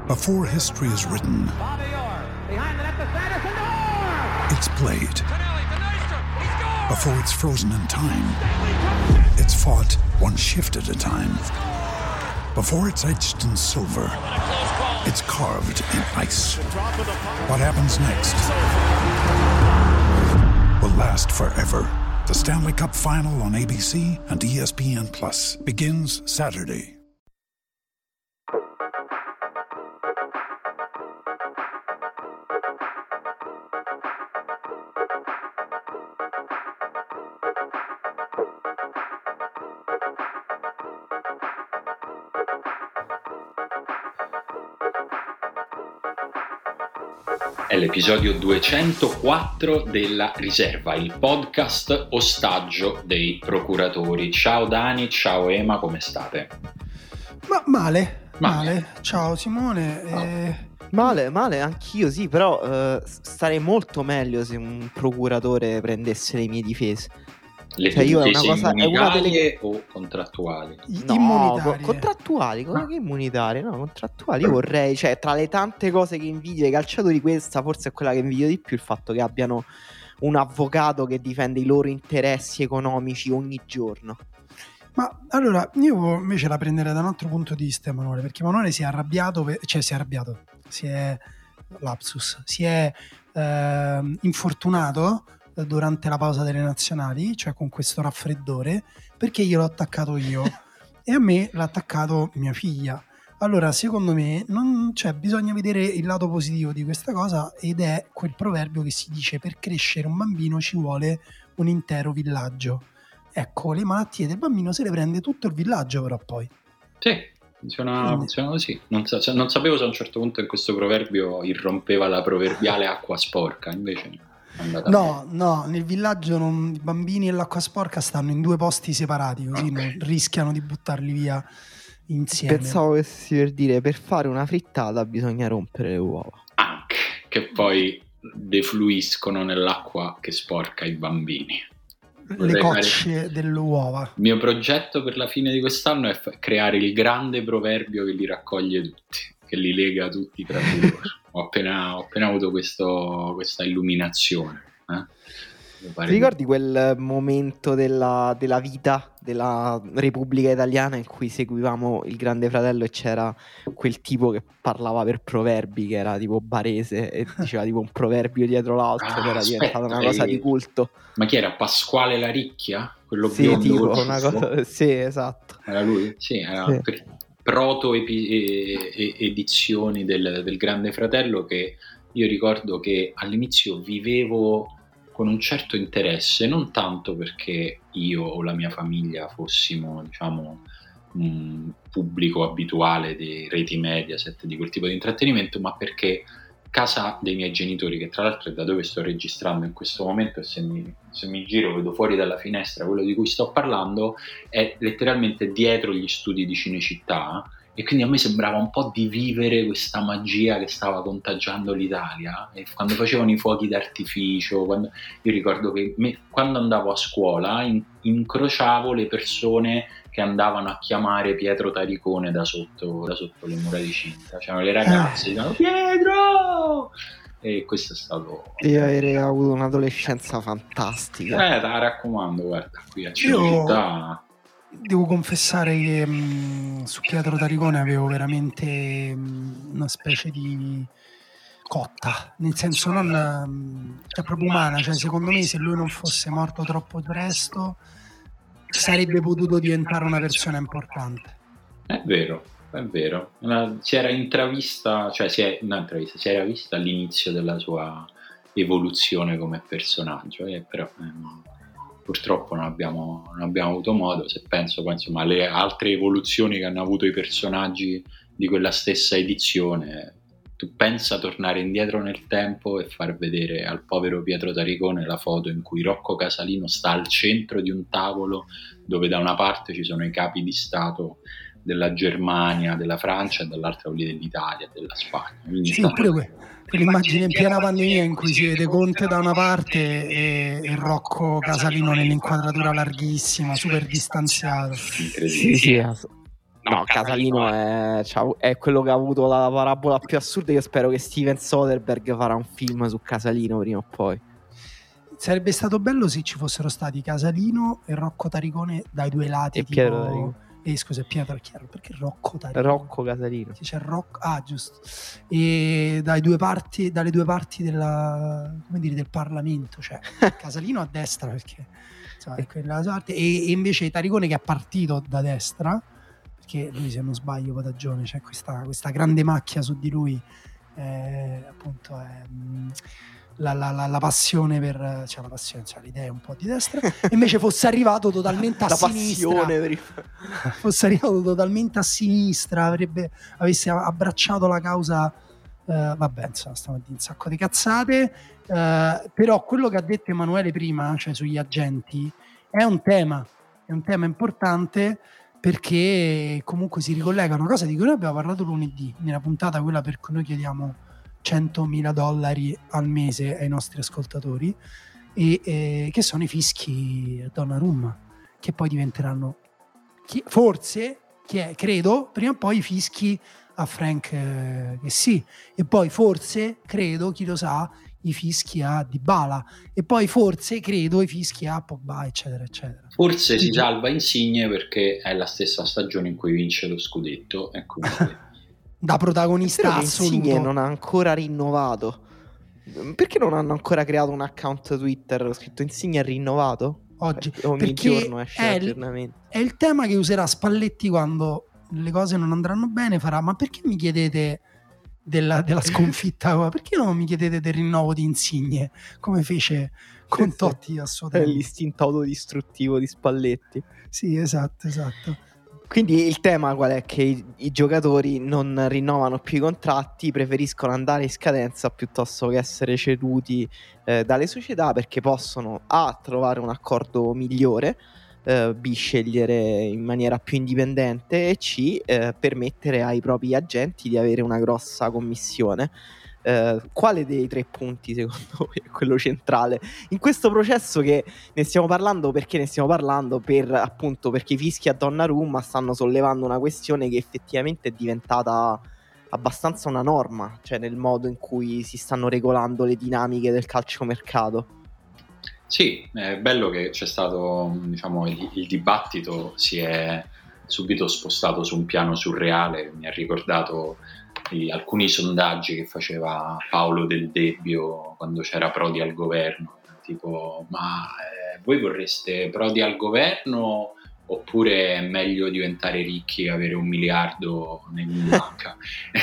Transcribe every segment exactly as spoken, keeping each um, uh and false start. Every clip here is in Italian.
Before history is written, it's played. Before it's frozen in time, it's fought one shift at a time. Before it's etched in silver, it's carved in ice. What happens next will last forever. The Stanley Cup Final on A B C and E S P N Plus begins Saturday. È l'episodio duecentoquattro della Riserva, il podcast ostaggio dei procuratori. Ciao Dani, ciao Ema, come state? Ma male, male. Male. Ciao Simone. Oh. Eh... Male, male, anch'io sì, però eh, starei molto meglio se un procuratore prendesse le mie difese. Le Cioè, io è una difese cosa- è una delle- immunitarie o contrattuali? No, immunitarie. co- contrattuali, come Ah. che immunitarie? No, contrattuali. Io vorrei, cioè, tra le tante cose che invidio ai calciatori, questa forse è quella che invidio di più, il fatto che abbiano un avvocato che difende i loro interessi economici ogni giorno. Ma allora, io invece la prenderei da un altro punto di vista, Emanuele, perché Emanuele si è arrabbiato, per- cioè si è arrabbiato, si è lapsus, si è ehm, infortunato eh, durante la pausa delle nazionali, cioè con questo raffreddore, perché io l'ho attaccato io e a me l'ha attaccato mia figlia. Allora, secondo me, non, cioè, bisogna vedere il lato positivo di questa cosa, ed è quel proverbio che si dice: per crescere un bambino ci vuole un intero villaggio. Ecco, le malattie del bambino se le prende tutto il villaggio, però poi. Sì, funziona, Quindi- funziona così. Non, sa- cioè, non sapevo se a un certo punto in questo proverbio irrompeva la proverbiale acqua sporca, invece è andata No, no, nel villaggio non- i bambini e l'acqua sporca stanno in due posti separati, così Ok. non rischiano di buttarli via insieme. Pensavo che si per dire, per fare una frittata bisogna rompere le uova. anche, che poi defluiscono nell'acqua che sporca i bambini. Le vorrei fare- cocce delle uova. Il mio progetto per la fine di quest'anno è fa- creare il grande proverbio che li raccoglie tutti, che li lega tutti tra di loro. Ho appena, ho appena avuto questo, questa illuminazione. eh. Devo fare- Ti ricordi quel momento della, della vita della Repubblica Italiana in cui seguivamo il Grande Fratello e c'era quel tipo che parlava per proverbi, che era tipo barese e diceva tipo un proverbio dietro l'altro, Ah, che era aspetta, diventata una cosa eh, di culto. Ma chi era? Pasquale Laricchia? Quello Sì, biondo tipo col una ciuffo? cosa. Sì, esatto. Era lui? Sì, era Sì. per proto epi- e- e- edizioni del, del Grande Fratello, che io ricordo che all'inizio vivevo con un certo interesse, non tanto perché io o la mia famiglia fossimo, diciamo, un pubblico abituale di reti Mediaset, di quel tipo di intrattenimento, ma perché casa dei miei genitori, che tra l'altro è da dove sto registrando in questo momento, e se mi, se mi giro vedo fuori dalla finestra quello di cui sto parlando, è letteralmente dietro gli studi di Cinecittà, e quindi a me sembrava un po' di vivere questa magia che stava contagiando l'Italia. E quando facevano i fuochi d'artificio, quando, io ricordo che me, quando andavo a scuola in, incrociavo le persone che andavano a chiamare Pietro Taricone da sotto, da sotto le mura di Cinta, c'erano le ragazze che dicevano Pietro! E questo è stato... Io avrei avuto un'adolescenza fantastica. Eh, te la raccomando, guarda, qui a Cinecittà... Devo confessare che mh, su Pietro Taricone avevo veramente mh, una specie di cotta, nel senso non mh, cioè proprio umana, cioè secondo me se lui non fosse morto troppo presto sarebbe potuto diventare una persona importante. È vero, è vero. Una- si era intravista, cioè si è, no, intravista, si era vista all'inizio della sua evoluzione come personaggio, eh, però ehm, purtroppo non abbiamo, non abbiamo avuto modo. Se penso poi, insomma, alle altre evoluzioni che hanno avuto i personaggi di quella stessa edizione, tu pensa tornare indietro nel tempo e far vedere al povero Pietro Taricone la foto in cui Rocco Casalino sta al centro di un tavolo dove da una parte ci sono i capi di Stato della Germania, della Francia, e dall'altra quelli dell'Italia, della Spagna. Quindi Sì, oppure que- quell'immagine in piena pandemia in cui si vede Conte da una parte e, e Rocco Casalino nell'inquadratura larghissima, super distanziato. incredibile. Sì, sì, ass- No, no Casalino, Casalino è, cioè, è quello che ha avuto la parabola più assurda. Io spero che Steven Soderbergh farà un film su Casalino prima o poi. Sarebbe stato bello se ci fossero stati Casalino e Rocco Taricone dai due lati. E tipo... Piero Taricone. Eh, scusa, Pietro Chiaro, perché Rocco Taricone? Rocco Casalino. C'è Rocco, ah, giusto. E dai due parti, dalle due parti della, come dire, del Parlamento, cioè Casalino a destra perché insomma, è quella parte, e, e invece Taricone che è partito da destra, perché lui, se non sbaglio, poi da giovane c'è questa, questa grande macchia su di lui, eh, appunto è mh, La, la, la, la passione per, cioè la passione, cioè l'idea è un po' di destra, e invece fosse arrivato totalmente a la sinistra, per... fosse arrivato totalmente a sinistra, avrebbe, avesse abbracciato la causa, eh, vabbè, insomma, stiamo a dire un sacco di cazzate, eh, però quello che ha detto Emanuele prima, cioè sugli agenti, è un tema, è un tema importante, perché comunque si ricollega a una cosa di cui noi abbiamo parlato lunedì, nella puntata quella per cui noi chiediamo centomila dollari al mese ai nostri ascoltatori, e, e che sono i fischi a Donnarumma, che poi diventeranno chi, forse chi è, credo prima o poi i fischi a Frank eh, che sì, e poi forse credo, chi lo sa, i fischi a Dybala, e poi forse credo i fischi a Pogba, eccetera eccetera. Forse si salva Insigne perché è la stessa stagione in cui vince lo scudetto, e quindi da protagonista assoluto. Insigne non ha ancora rinnovato. Perché non hanno ancora creato un account Twitter scritto Insigne è rinnovato? Oggi ogni perché giorno esce è l'aggiornamento. Il, è il tema che userà Spalletti quando le cose non andranno bene, farà: ma perché mi chiedete della, della sconfitta? Perché non mi chiedete del rinnovo di Insigne, come fece con Totti a suo tempo? È l'istinto autodistruttivo di Spalletti. Sì, esatto, esatto. Quindi il tema qual è? Che i, i giocatori non rinnovano più i contratti, preferiscono andare in scadenza piuttosto che essere ceduti eh, dalle società, perché possono A, trovare un accordo migliore, eh, B, scegliere in maniera più indipendente, e C, eh, permettere ai propri agenti di avere una grossa commissione. Uh, quale dei tre punti secondo voi è quello centrale in questo processo? Che ne stiamo parlando perché ne stiamo parlando per appunto perché i fischi a Donnarumma stanno sollevando una questione che effettivamente è diventata abbastanza una norma, cioè nel modo in cui si stanno regolando le dinamiche del calciomercato. Sì, è bello che c'è stato, diciamo, il, il dibattito si è subito spostato su un piano surreale. Mi ha ricordato alcuni sondaggi che faceva Paolo Del Debbio quando c'era Prodi al governo, tipo: ma eh, voi vorreste Prodi al governo oppure è meglio diventare ricchi e avere un miliardo in banca?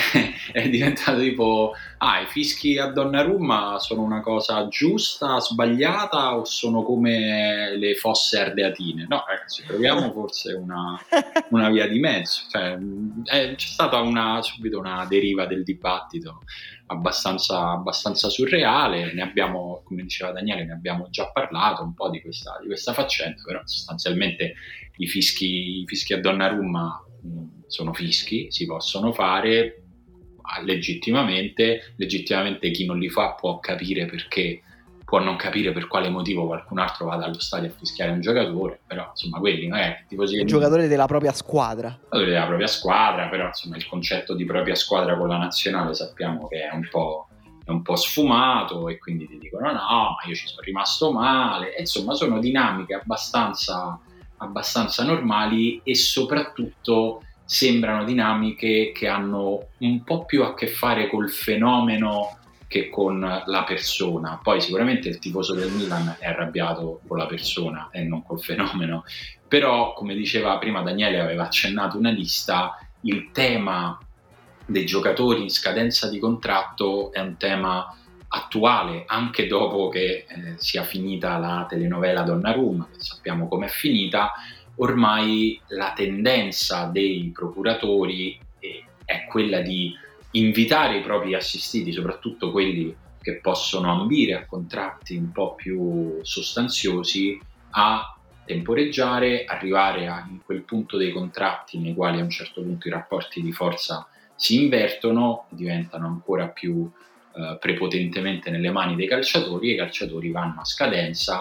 È diventato tipo: ah, i fischi a Donnarumma sono una cosa giusta, sbagliata, o sono come le fosse ardeatine? No, ragazzi, troviamo forse una, una via di mezzo. Cioè, è, c'è stata una, subito una deriva del dibattito abbastanza, abbastanza surreale. Ne abbiamo, come diceva Daniele, ne abbiamo già parlato un po' di questa, di questa faccenda, però sostanzialmente i fischi, i fischi a Donnarumma mh, sono fischi, si possono fare legittimamente. Legittimamente chi non li fa può capire perché, può non capire per quale motivo qualcun altro vada allo stadio a fischiare un giocatore, però insomma quelli non è tifosi, un giocatore della propria squadra, della propria squadra, però insomma il concetto di propria squadra con la nazionale sappiamo che è un po' è un po' sfumato, e quindi ti dicono: no, ma io ci sono rimasto male. E insomma sono dinamiche abbastanza abbastanza normali, e soprattutto sembrano dinamiche che hanno un po' più a che fare col fenomeno che con la persona. Poi sicuramente il tifoso del Milan è arrabbiato con la persona e non col fenomeno, però come diceva prima Daniele, aveva accennato una lista, il tema dei giocatori in scadenza di contratto è un tema attuale anche dopo che eh, sia finita la telenovela Donnarumma, che sappiamo com'è finita. Ormai la tendenza dei procuratori eh, è quella di invitare i propri assistiti, soprattutto quelli che possono ambire a contratti un po' più sostanziosi, a temporeggiare, arrivare a in quel punto dei contratti nei quali a un certo punto i rapporti di forza si invertono, diventano ancora più prepotentemente nelle mani dei calciatori, e i calciatori vanno a scadenza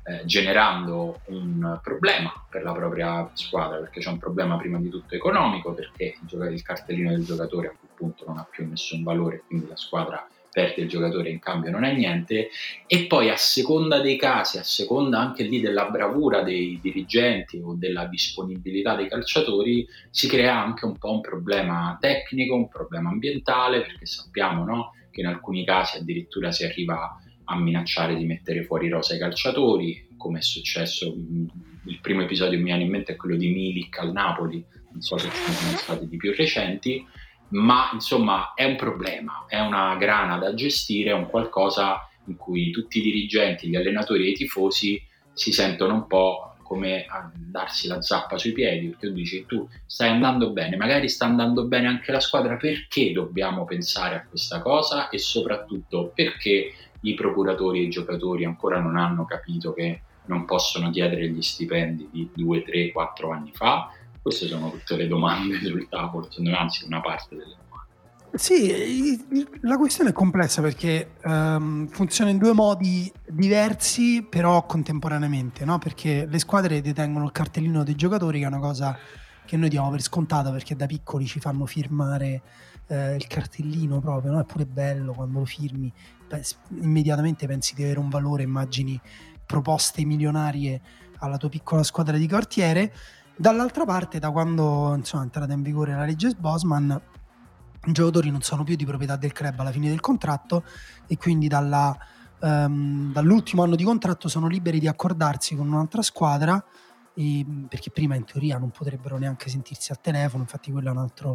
eh, generando un problema per la propria squadra, perché c'è un problema prima di tutto economico, perché il, gioca- il cartellino del giocatore a quel punto non ha più nessun valore, quindi la squadra perde il giocatore, in cambio non è niente, e poi a seconda dei casi, a seconda anche lì della bravura dei dirigenti o della disponibilità dei calciatori, si crea anche un po' un problema tecnico, un problema ambientale, perché sappiamo, no, che in alcuni casi addirittura si arriva a minacciare di mettere fuori rosa ai calciatori, come è successo. Il primo episodio che mi viene in mente è quello di Milik al Napoli, non so se ci sono stati di più recenti, ma insomma è un problema, è una grana da gestire, è un qualcosa in cui tutti i dirigenti, gli allenatori e i tifosi si sentono un po' come a darsi la zappa sui piedi, perché tu dici, tu stai andando bene, magari sta andando bene anche la squadra, perché dobbiamo pensare a questa cosa, e soprattutto perché i procuratori e i giocatori ancora non hanno capito che non possono chiedere gli stipendi di due, tre, quattro anni fa? Queste sono tutte le domande sul tavolo, anzi una parte delle domande. Sì, la questione è complessa perché um, funziona in due modi diversi, però contemporaneamente, no? Perché le squadre detengono il cartellino dei giocatori, che è una cosa che noi diamo per scontata, perché da piccoli ci fanno firmare eh, il cartellino proprio, no? È pure bello quando lo firmi, pens- immediatamente pensi di avere un valore, immagini proposte milionarie alla tua piccola squadra di quartiere. Dall'altra parte, da quando insomma, è entrata in vigore la legge Bosman, i giocatori non sono più di proprietà del club alla fine del contratto, e quindi dalla, um, dall'ultimo anno di contratto sono liberi di accordarsi con un'altra squadra, e, perché prima in teoria non potrebbero neanche sentirsi al telefono. Infatti quello è un altro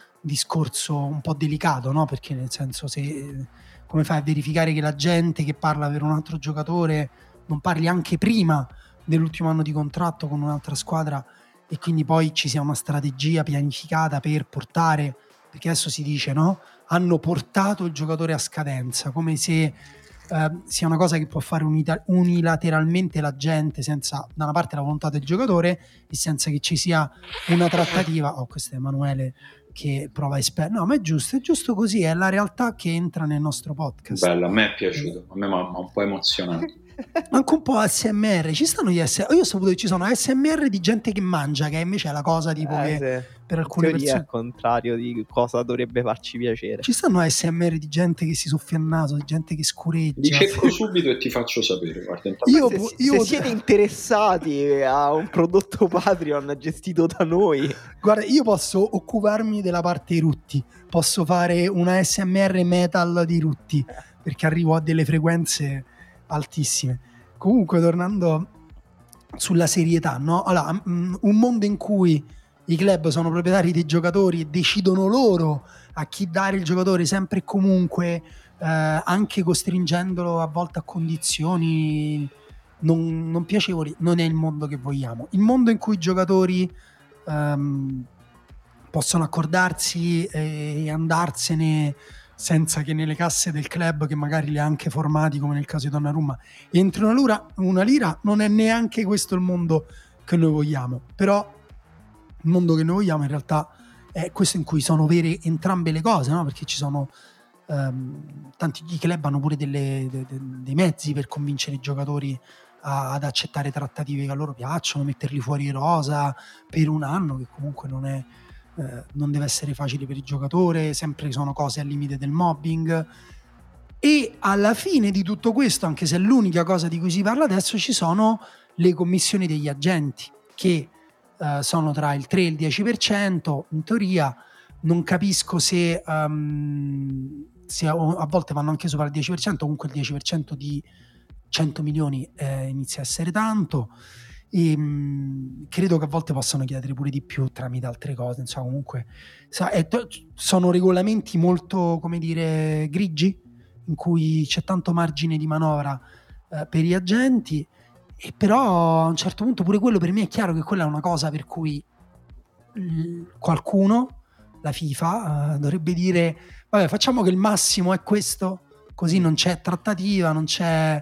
discorso un po' delicato, no? Perché nel senso, se come fai a verificare che la gente che parla per un altro giocatore non parli anche prima dell'ultimo anno di contratto con un'altra squadra, e quindi poi ci sia una strategia pianificata per portare, perché adesso si dice, no? Hanno portato il giocatore a scadenza, come se eh, sia una cosa che può fare unita- unilateralmente la gente, senza da una parte la volontà del giocatore e senza che ci sia una trattativa. Oh, questo è Emanuele che prova a espert- no, ma è giusto, è giusto così, è la realtà che entra nel nostro podcast. Bello, a me è piaciuto, a me mi ha un po' emozionato. Anche un po' A S M R, ci stanno gli A S M R. Io ho saputo che ci sono A S M R di gente che mangia, che invece è la cosa tipo Eh, che sì. per alcune In teoria persone è al contrario di cosa dovrebbe farci piacere. ci stanno A S M R di gente che si soffia il naso, di gente che scureggia. Li cerco subito e ti faccio sapere. Guarda, Io, se, io se siete interessati a un prodotto Patreon gestito da noi, guarda, io posso occuparmi della parte i rutti, posso fare un A S M R metal di rutti, perché arrivo a delle frequenze altissime. Comunque, tornando sulla serietà, no? Allora, mh, un mondo in cui i club sono proprietari dei giocatori e decidono loro a chi dare il giocatore sempre e comunque, eh, anche costringendolo a volte a condizioni non, non piacevoli, non è il mondo che vogliamo. Il mondo in cui i giocatori ehm, possono accordarsi e andarsene senza che nelle casse del club, che magari li ha anche formati, come nel caso di Donnarumma, entri una lira, una lira, non è neanche questo il mondo che noi vogliamo. Però il mondo che noi vogliamo in realtà è questo in cui sono vere entrambe le cose, no? Perché ci sono um, tanti i club hanno pure delle, de, de, dei mezzi per convincere i giocatori a, ad accettare trattative che a loro piacciono, metterli fuori rosa per un anno, che comunque non è Eh, non deve essere facile per il giocatore, sempre sono cose al limite del mobbing. E alla fine di tutto questo, anche se è l'unica cosa di cui si parla adesso, ci sono le commissioni degli agenti, che eh, sono tra il tre e il dieci per cento in teoria. Non capisco se, um, se a, a volte vanno anche sopra il dieci per cento, comunque il dieci per cento di cento milioni eh, inizia a essere tanto. E, mh, credo che a volte possano chiedere pure di più tramite altre cose, insomma. Comunque sa, è, sono regolamenti molto, come dire, grigi, in cui c'è tanto margine di manovra eh, per gli agenti, e però a un certo punto pure quello, per me è chiaro che quella è una cosa per cui l- qualcuno, la FIFA, eh, dovrebbe dire vabbè, facciamo che il massimo è questo, così non c'è trattativa, non c'è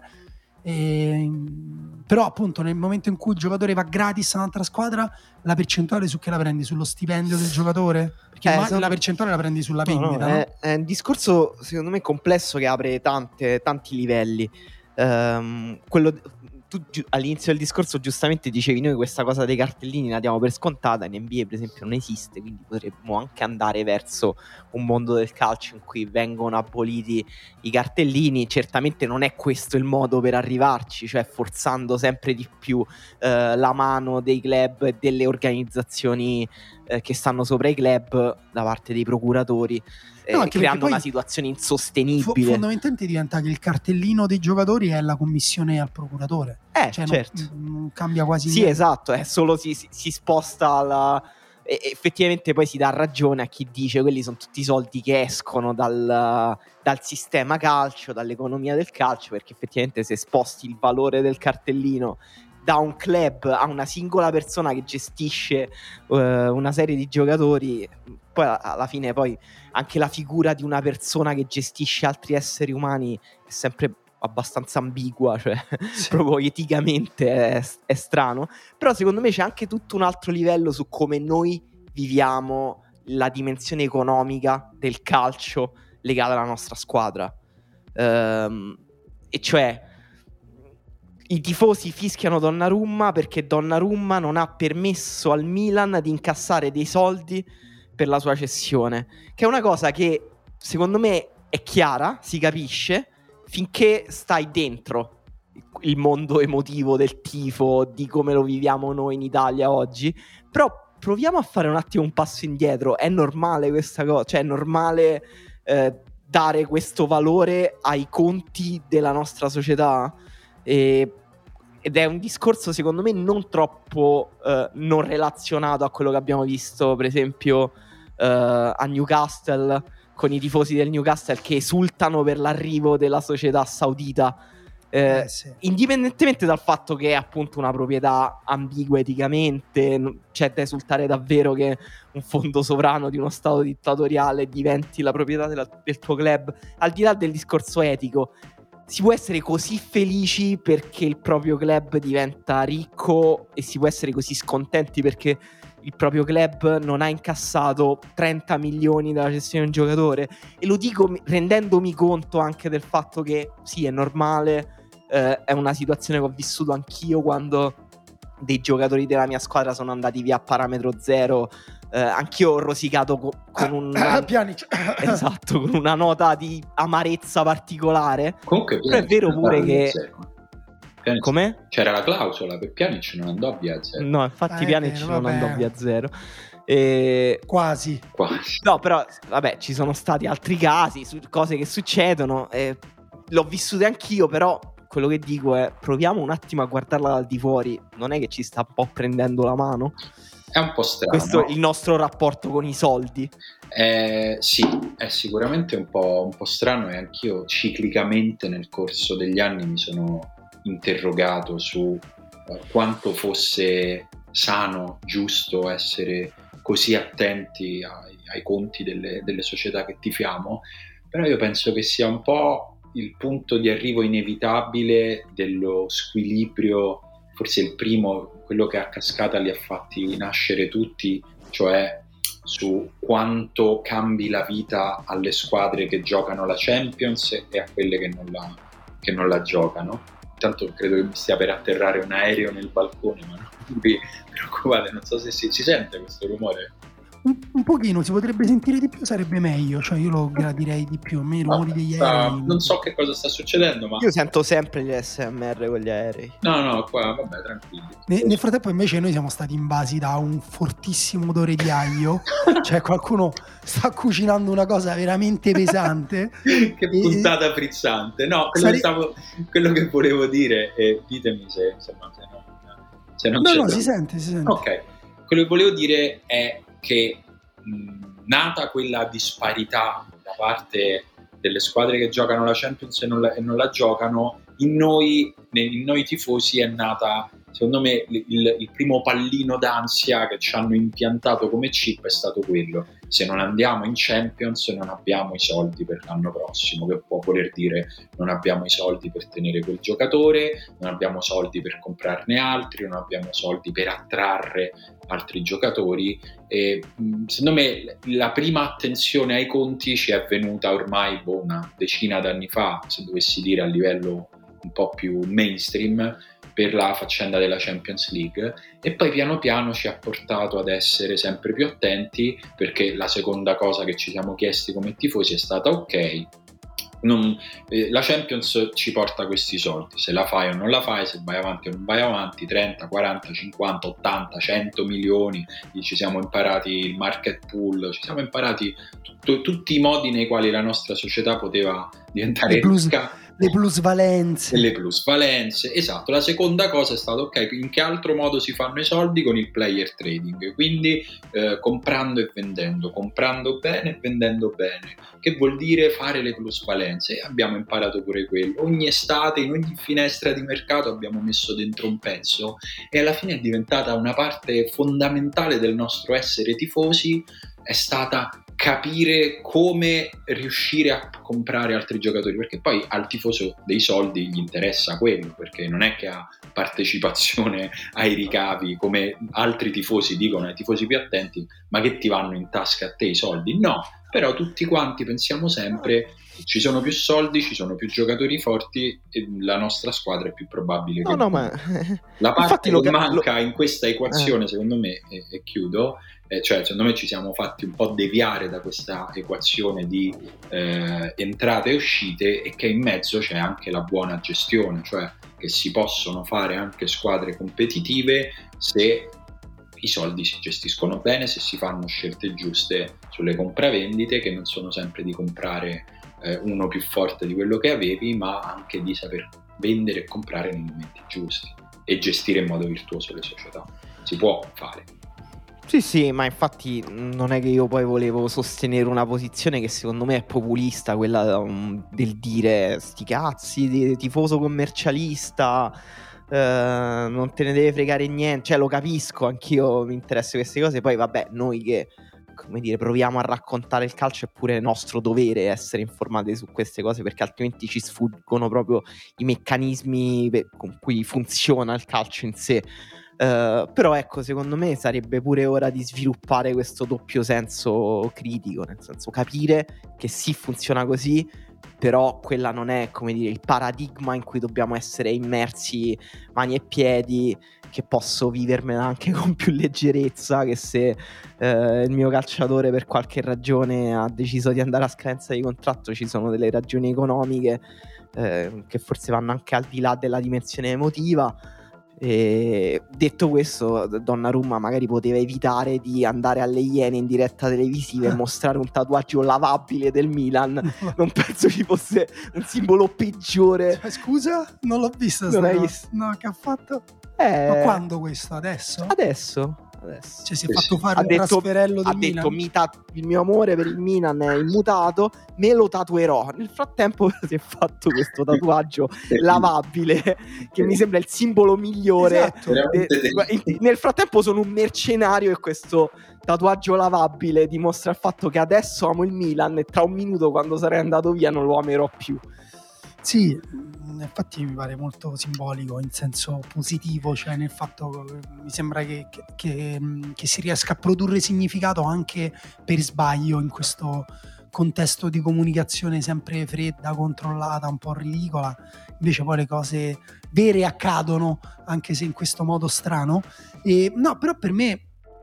Eh, però appunto nel momento in cui il giocatore va gratis a un'altra squadra, la percentuale su che la prendi? Sullo stipendio del giocatore? Perché eh, ma- sono... la percentuale la prendi sulla no, vendita, no, no? È, è un discorso secondo me complesso che apre tante, tanti livelli. Um, quello tu gi- all'inizio del discorso giustamente dicevi noi questa cosa dei cartellini la diamo per scontata, in N B A per esempio non esiste, quindi potremmo anche andare verso un mondo del calcio in cui vengono aboliti i cartellini. Certamente non è questo il modo per arrivarci, cioè forzando sempre di più eh, la mano dei club e delle organizzazioni eh, che stanno sopra i club da parte dei procuratori, No, eh, anche creando perché una poi situazione fo- insostenibile. fondamentalmente diventa che il cartellino dei giocatori è la commissione al procuratore. Eh, Cioè, certo. non, non cambia quasi Sì, niente. esatto, è solo si, si, si sposta alla... e effettivamente poi si dà ragione a chi dice quelli sono tutti i soldi che escono dal, dal sistema calcio, dall'economia del calcio, perché effettivamente se sposti il valore del cartellino da un club a una singola persona che gestisce uh, una serie di giocatori, poi alla fine poi anche la figura di una persona che gestisce altri esseri umani è sempre abbastanza ambigua, cioè Sì. proprio eticamente è, è strano. Però secondo me c'è anche tutto un altro livello su come noi viviamo la dimensione economica del calcio legata alla nostra squadra, ehm, e cioè i tifosi fischiano Donnarumma perché Donnarumma non ha permesso al Milan di incassare dei soldi per la sua cessione, che è una cosa che secondo me è chiara, si capisce finché stai dentro il mondo emotivo del tifo, di come lo viviamo noi in Italia oggi. Però proviamo a fare un attimo un passo indietro. È normale questa cosa? Cioè è normale eh, dare questo valore ai conti della nostra società? E, ed è un discorso secondo me non troppo eh, non relazionato a quello che abbiamo visto per esempio eh, a Newcastle, con i tifosi del Newcastle che esultano per l'arrivo della società saudita, eh, Eh, sì. indipendentemente dal fatto che è appunto una proprietà ambigua eticamente. n- c'è da esultare davvero che un fondo sovrano di uno stato dittatoriale diventi la proprietà della- del tuo club. Al di là del discorso etico, si può essere così felici perché il proprio club diventa ricco e si può essere così scontenti perché il proprio club non ha incassato trenta milioni dalla gestione di un giocatore. E lo dico mi- rendendomi conto anche del fatto che sì, è normale, eh, è una situazione che ho vissuto anch'io quando dei giocatori della mia squadra sono andati via a parametro zero. Eh, anch'io ho rosicato co- con un Pjanic. esatto, con una nota di amarezza particolare. Comunque, Però è vero pure che Pjanic- come? c'era la clausola per Pjanic non andò via a zero. No, infatti Ah, è Pjanic vero, non vabbè. andò via a zero. E... Quasi. Quasi. No, però, vabbè, ci sono stati altri casi, su- cose che succedono. E l'ho vissute anch'io, però quello che dico è proviamo un attimo a guardarla dal di fuori. Non è che ci sta un po' prendendo la mano? È un po' strano. Questo è il nostro rapporto con i soldi. Eh, sì, è sicuramente un po', un po' strano, e anch'io ciclicamente nel corso degli anni mi sono interrogato su eh, quanto fosse sano, giusto essere così attenti ai, ai conti delle, delle società che tifiamo. Però io penso che sia un po' il punto di arrivo inevitabile dello squilibrio, forse il primo, quello che a cascata li ha fatti nascere tutti, cioè su quanto cambi la vita alle squadre che giocano la Champions e a quelle che non la, che non la giocano. Intanto credo che mi stia per atterrare un aereo nel balcone, ma non vi preoccupate, non so se si, si sente questo rumore. Un, un pochino, si potrebbe sentire di più, sarebbe meglio. Cioè, io lo gradirei di più. A me i rumori No, degli sta- aerei. non so che cosa sta succedendo, ma Io sento sempre gli S M R con gli aerei. no, no, qua vabbè, tranquilli. Ne- nel frattempo, invece, noi siamo stati invasi da un fortissimo odore di aglio. Cioè, qualcuno sta cucinando una cosa veramente pesante. Che E- puntata frizzante. No, quello, Sare- che stavo, quello che volevo dire, e ditemi se, insomma, se non, se non No, c'è no, da- si sente, si sente. Ok, quello che volevo dire è che mh, nata quella disparità da parte delle squadre che giocano la Champions e non la, e non la giocano, in noi, in noi tifosi è nata, secondo me, il, il- il primo pallino d'ansia che ci hanno impiantato come chip è stato quello: se non andiamo in Champions non abbiamo i soldi per l'anno prossimo, che può voler dire non abbiamo i soldi per tenere quel giocatore, non abbiamo soldi per comprarne altri, non abbiamo soldi per attrarre altri giocatori. E mh, secondo me la prima attenzione ai conti ci è venuta ormai una decina d'anni fa, se dovessi dire a livello un po' più mainstream, per la faccenda della Champions League, e poi piano piano ci ha portato ad essere sempre più attenti, perché la seconda cosa che ci siamo chiesti come tifosi è stata: ok, non, eh, la Champions ci porta questi soldi, se la fai o non la fai, se vai avanti o non vai avanti, trenta, quaranta, cinquanta, ottanta, cento milioni, ci siamo imparati il market pool, ci siamo imparati tutto, tutti i modi nei quali la nostra società poteva diventare ricca. Le plusvalenze. Le plusvalenze, esatto. La seconda cosa è stata: ok, in che altro modo si fanno i soldi? Con il player trading, quindi eh, comprando e vendendo, comprando bene e vendendo bene, che vuol dire fare le plusvalenze. Abbiamo imparato pure quello. Ogni estate, in ogni finestra di mercato abbiamo messo dentro un pezzo, e alla fine è diventata una parte fondamentale del nostro essere tifosi. È stata capire come riuscire a comprare altri giocatori, perché poi al tifoso dei soldi gli interessa quello, perché non è che ha partecipazione ai ricavi come altri tifosi dicono ai tifosi più attenti: ma che ti vanno in tasca a te i soldi? No, però tutti quanti pensiamo sempre: ci sono più soldi, ci sono più giocatori forti e la nostra squadra è più probabile no, che no, ma... la parte lo che ca- manca lo... in questa equazione eh. secondo me, e, e chiudo, eh, cioè secondo me ci siamo fatti un po' deviare da questa equazione di eh, entrate e uscite, e che in mezzo c'è anche la buona gestione, cioè che si possono fare anche squadre competitive se i soldi si gestiscono bene, se si fanno scelte giuste sulle compravendite, che non sono sempre di comprare eh, uno più forte di quello che avevi, ma anche di saper vendere e comprare nei momenti giusti e gestire in modo virtuoso le società. Si può fare. Sì, sì, ma infatti non è che io poi volevo sostenere una posizione che secondo me è populista, quella um, del dire sti cazzi di tifoso commercialista, uh, non te ne deve fregare niente, cioè lo capisco, anch'io mi interessano queste cose, poi vabbè, noi che, come dire, proviamo a raccontare il calcio, è pure nostro dovere essere informati su queste cose, perché altrimenti ci sfuggono proprio i meccanismi con cui funziona il calcio in sé. Uh, però ecco, secondo me sarebbe pure ora di sviluppare questo doppio senso critico, nel senso capire che sì, funziona così, però quella non è, come dire, il paradigma in cui dobbiamo essere immersi mani e piedi, che posso vivermela anche con più leggerezza, che se uh, il mio calciatore per qualche ragione ha deciso di andare a scadenza di contratto, ci sono delle ragioni economiche uh, che forse vanno anche al di là della dimensione emotiva. E detto questo, Donnarumma magari poteva evitare di andare alle Iene in diretta televisiva e mostrare un tatuaggio lavabile del Milan. Non penso ci fosse un simbolo peggiore. Scusa, non l'ho vista. Non hai visto? No, che ha fatto? Eh... Ma quando questo? Adesso? Adesso. Adesso. Cioè si è fatto fare ha un detto, trasferello del ha Milan. detto mi ta- il mio amore per il Milan è immutato, me lo tatuerò. Nel frattempo si è fatto questo tatuaggio lavabile che mi sembra il simbolo migliore. Esatto. De- nel frattempo sono un mercenario e questo tatuaggio lavabile dimostra il fatto che adesso amo il Milan e tra un minuto, quando sarei andato via, non lo amerò più. Sì, infatti mi pare molto simbolico in senso positivo, cioè nel fatto mi sembra che, che, che, che si riesca a produrre significato anche per sbaglio in questo contesto di comunicazione sempre fredda, controllata, un po' ridicola. Invece poi le cose vere accadono, anche se in questo modo strano. E no, però per me,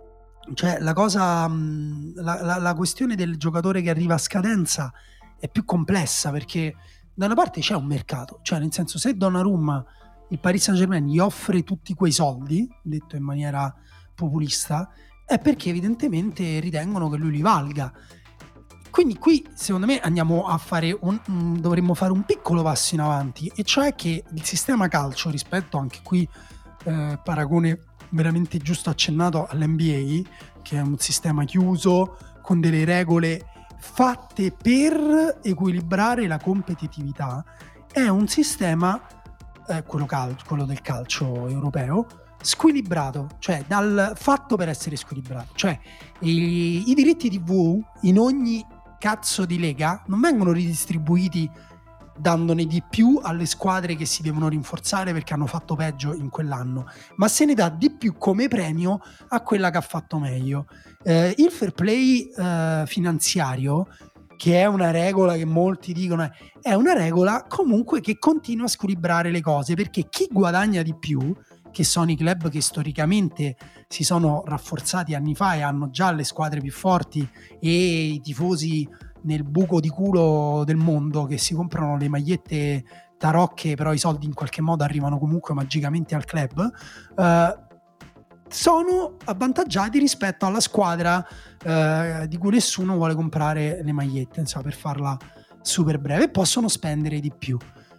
cioè la cosa, la, la, la questione del giocatore che arriva a scadenza è più complessa, perché da una parte c'è un mercato, cioè nel senso, se Donnarumma, il Paris Saint-Germain, gli offre tutti quei soldi, detto in maniera populista, è perché evidentemente ritengono che lui li valga. Quindi qui secondo me andiamo a fare un, um, dovremmo fare un piccolo passo in avanti, e cioè che il sistema calcio, rispetto anche qui eh, paragone veramente giusto accennato all'N B A, che è un sistema chiuso con delle regole fatte per equilibrare la competitività, è un sistema, eh, quello, cal- quello del calcio europeo, squilibrato, cioè dal fatto per essere squilibrato, cioè i, i diritti tivù in ogni cazzo di lega non vengono ridistribuiti dandone di più alle squadre che si devono rinforzare perché hanno fatto peggio in quell'anno, ma se ne dà di più come premio a quella che ha fatto meglio. Eh, il fair play eh, finanziario, che è una regola che molti dicono, è una regola comunque che continua a squilibrare le cose, perché chi guadagna di più, che sono i club che storicamente si sono rafforzati anni fa e hanno già le squadre più forti e i tifosi nel buco di culo del mondo che si comprano le magliette tarocche, però i soldi in qualche modo arrivano comunque magicamente al club, eh, sono avvantaggiati rispetto alla squadra eh, di cui nessuno vuole comprare le magliette, insomma, per farla super breve, possono spendere di più.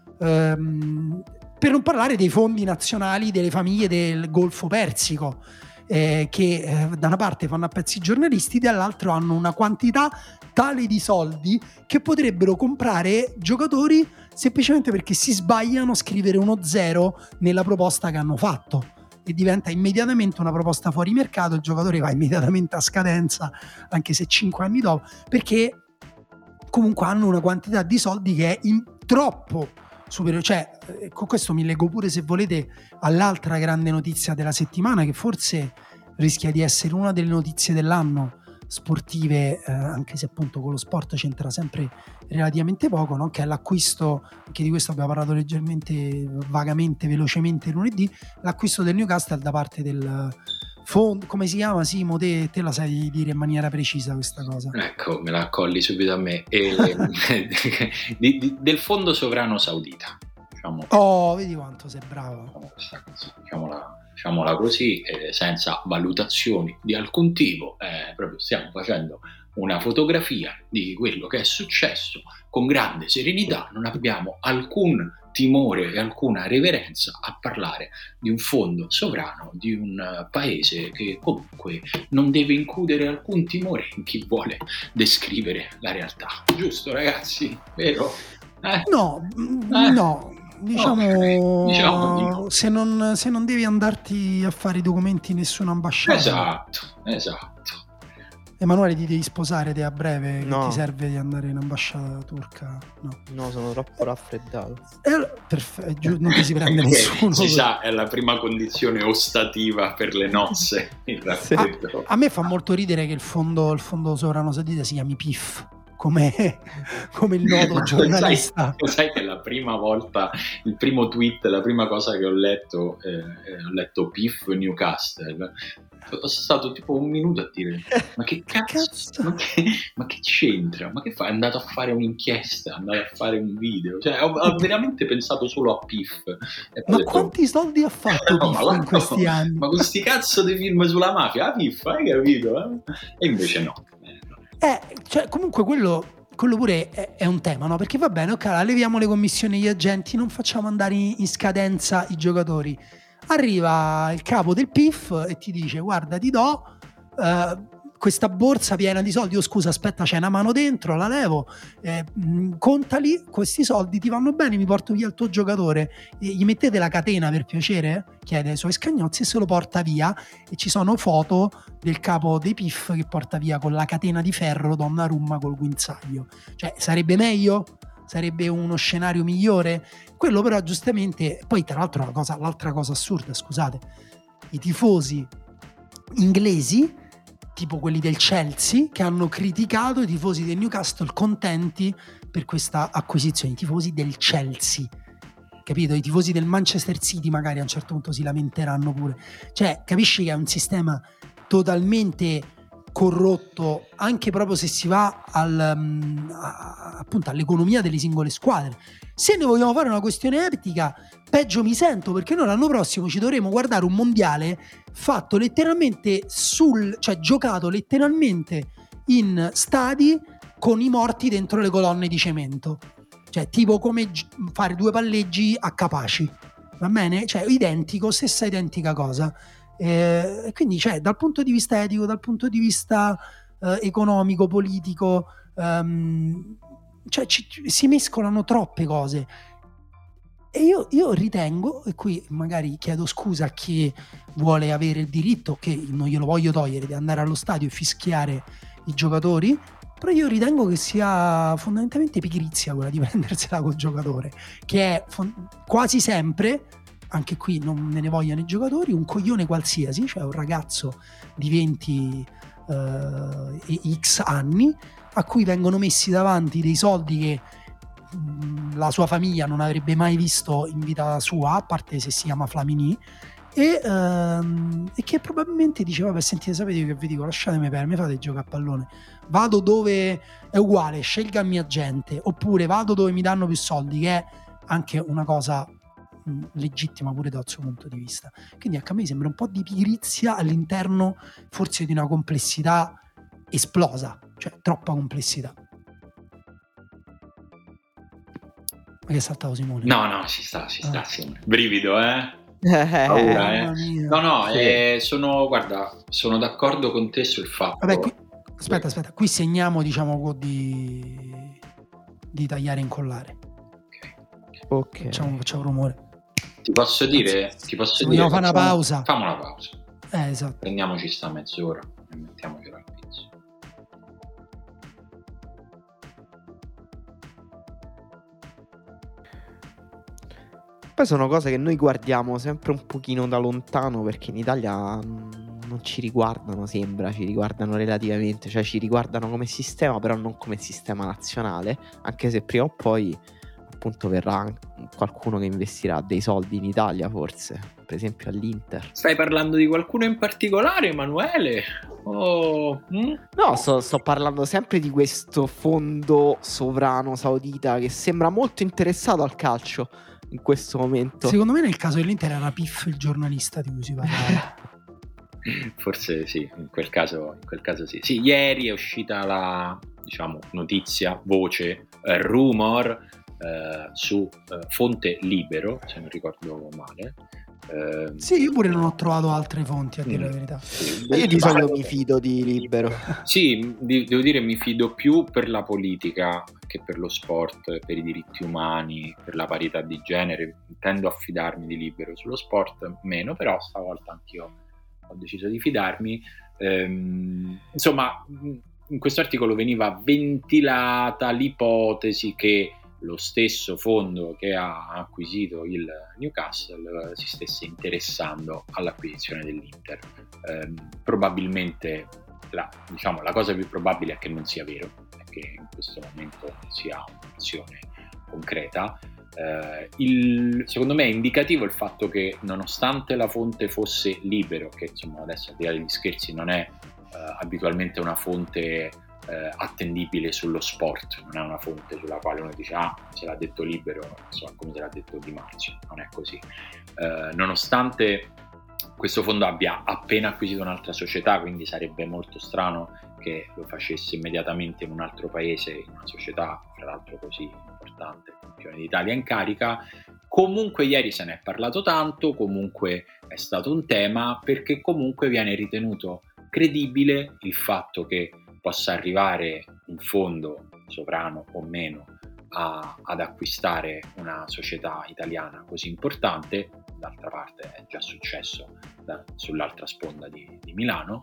Ehm, per non parlare dei fondi nazionali delle famiglie del Golfo Persico, eh, che eh, da una parte fanno a pezzi i giornalisti, dall'altro hanno una quantità tale di soldi che potrebbero comprare giocatori semplicemente perché si sbagliano a scrivere uno zero nella proposta che hanno fatto, e diventa immediatamente una proposta fuori mercato, il giocatore va immediatamente a scadenza anche se cinque anni dopo, perché comunque hanno una quantità di soldi che è in troppo superiore. Cioè, con questo mi leggo pure, se volete, all'altra grande notizia della settimana, che forse rischia di essere una delle notizie dell'anno sportive, eh, anche se appunto con lo sport c'entra sempre relativamente poco, no? Che è l'acquisto, che di questo abbiamo parlato leggermente, vagamente, velocemente lunedì, l'acquisto del Newcastle da parte del fondo, come si chiama Simo? Te, te la sai dire in maniera precisa questa cosa? Ecco, me la accolli subito a me. E, di, di, del fondo sovrano saudita. Diciamo, oh, vedi quanto sei bravo. Diciamola, diciamola così, eh, senza valutazioni di alcun tipo, eh, proprio stiamo facendo una fotografia di quello che è successo con grande serenità, non abbiamo alcun timore e alcuna reverenza a parlare di un fondo sovrano di un paese che comunque non deve includere alcun timore in chi vuole descrivere la realtà. Giusto, ragazzi? Vero? Eh? No, eh? no. Diciamo, okay. diciamo no. se, non, se non devi andarti a fare i documenti in nessuna ambasciata. Esatto, esatto. Emanuele, ti devi sposare te a breve? No. Che ti serve di andare in ambasciata turca? No, no, sono troppo raffreddato. Eh, perfetto, giu- non ti si prende nessuno. Si sa, è la prima condizione ostativa per le nozze. Il raffreddo. A, a me fa molto ridere che il fondo, il fondo sovrano saudita si chiami P I F. Come, come il noto giornalista. Sai, sai che la prima volta, il primo tweet, la prima cosa che ho letto, eh, ho letto P I F Newcastle, sono stato tipo un minuto a dire ma che cazzo, ma che, ma che c'entra, ma che fa? È andato a fare un'inchiesta, è andato a fare un video, cioè ho, ho veramente pensato solo a P I F. E ma detto, quanti soldi ha fatto no, P I F ma in questi no, anni? Ma questi cazzo di film sulla mafia, ah, P I F, hai capito? Eh? E invece no. Eh, cioè, comunque quello, quello pure è, è un tema, no? Perché va bene, ok, leviamo le commissioni agli agenti, non facciamo andare in, in scadenza i giocatori. Arriva il capo del P I F e ti dice: guarda, ti do uh, questa borsa piena di soldi. Oh, scusa, aspetta, c'è una mano dentro, la levo, eh, mh, contali, questi soldi ti vanno bene, mi porto via il tuo giocatore. E gli mettete la catena per piacere? Chiede ai suoi scagnozzi e se lo porta via, e ci sono foto del capo dei P I F che porta via con la catena di ferro Donnarumma col guinzaglio. Cioè, sarebbe meglio? Sarebbe uno scenario migliore? Quello però giustamente, poi tra l'altro una cosa, l'altra cosa assurda, scusate, i tifosi inglesi, tipo quelli del Chelsea, che hanno criticato i tifosi del Newcastle contenti per questa acquisizione, i tifosi del Chelsea, capito? I tifosi del Manchester City magari a un certo punto si lamenteranno pure. Cioè, capisci che è un sistema totalmente corrotto, anche proprio se si va al, um, a, appunto all'economia delle singole squadre. Se ne vogliamo fare una questione etica, peggio mi sento, perché noi l'anno prossimo ci dovremo guardare un mondiale fatto letteralmente sul, cioè giocato letteralmente in stadi con i morti dentro le colonne di cemento, cioè tipo come gi- fare due palleggi a Capaci, va bene? Cioè identico, stessa identica cosa. Eh, quindi cioè, dal punto di vista etico, dal punto di vista eh, economico, politico, um, cioè ci, si mescolano troppe cose. E io, io ritengo, e qui magari chiedo scusa a chi vuole avere il diritto, che non glielo voglio togliere, di andare allo stadio e fischiare i giocatori, però io ritengo che sia fondamentalmente pigrizia quella di prendersela col giocatore, che è fon- quasi sempre, anche qui non me ne vogliano i giocatori, un coglione qualsiasi, cioè un ragazzo di venti uh, e x anni a cui vengono messi davanti dei soldi che la sua famiglia non avrebbe mai visto in vita sua, a parte se si chiama Flamini, e, ehm, e che probabilmente diceva: vabbè, sentite, sapete che vi dico, lasciatemi per me, fate giocare a pallone, vado dove è uguale, scelga il mio agente, oppure vado dove mi danno più soldi, che è anche una cosa mh, legittima pure dal suo punto di vista. Quindi anche a me sembra un po' di pigrizia all'interno forse di una complessità esplosa, cioè troppa complessità. Ma che è saltato Simone? No, no, ci sta, ci sta, Ah. Simone. Brivido, eh? Eh, Paura, eh? Mamma mia. No, no, Sì. eh, sono, guarda, sono d'accordo con te sul fatto. Vabbè, qui, aspetta, aspetta, qui segniamo, diciamo, di, di tagliare e incollare. Ok. ok. Facciamo, facciamo rumore. Ti posso dire, ti posso Se dire, vogliamo fare una facciamo- pausa. Facciamo una pausa. Eh, esatto. Prendiamoci sta mezz'ora e mettiamocelo al pizzo. Poi sono cose che noi guardiamo sempre un pochino da lontano, perché in Italia mm, non ci riguardano, sembra, ci riguardano relativamente, cioè ci riguardano come sistema, però non come sistema nazionale, anche se prima o poi appunto verrà qualcuno che investirà dei soldi in Italia, forse, per esempio all'Inter. Stai parlando di qualcuno in particolare, Emanuele? Oh, mm? No, sto, sto parlando sempre di questo fondo sovrano saudita che sembra molto interessato al calcio in questo momento. Secondo me nel caso dell'Inter era Piff il giornalista di cui si parlava. Forse sì, in quel caso, in quel caso sì. Sì, ieri è uscita la, diciamo, notizia, voce, eh, rumor eh, su eh, fonte Libero, se non ricordo male. Eh, Sì, io pure non ho trovato altre fonti, a dire Mm. la verità. sì, Io di ma- solito mi fido di Libero. Sì, di- devo dire mi fido più per la politica che per lo sport, per i diritti umani, per la parità di genere. Tendo a fidarmi di Libero, sullo sport meno, però stavolta anch'io ho deciso di fidarmi. Ehm, insomma, in questo articolo veniva ventilata l'ipotesi che lo stesso fondo che ha acquisito il Newcastle si stesse interessando all'acquisizione dell'Inter. Ehm, probabilmente la, diciamo, la cosa più probabile è che non sia vero, è che in questo momento sia un'azione concreta. Eh, il, secondo me è indicativo il fatto che, nonostante la fonte fosse Libero, che insomma adesso, al di là degli scherzi, non è eh, abitualmente una fonte eh, attendibile sullo sport, non è una fonte sulla quale uno dice ah, se l'ha detto Libero, insomma, come se l'ha detto Di Marzio, non è così. Eh, nonostante questo fondo abbia appena acquisito un'altra società, quindi sarebbe molto strano che lo facesse immediatamente in un altro paese, in una società tra l'altro così importante, campione d'Italia in carica. Comunque ieri se ne è parlato tanto, comunque è stato un tema, perché comunque viene ritenuto credibile il fatto che possa arrivare un fondo sovrano o meno a, ad acquistare una società italiana così importante. D'altra parte è già successo da, sull'altra sponda di, di Milano,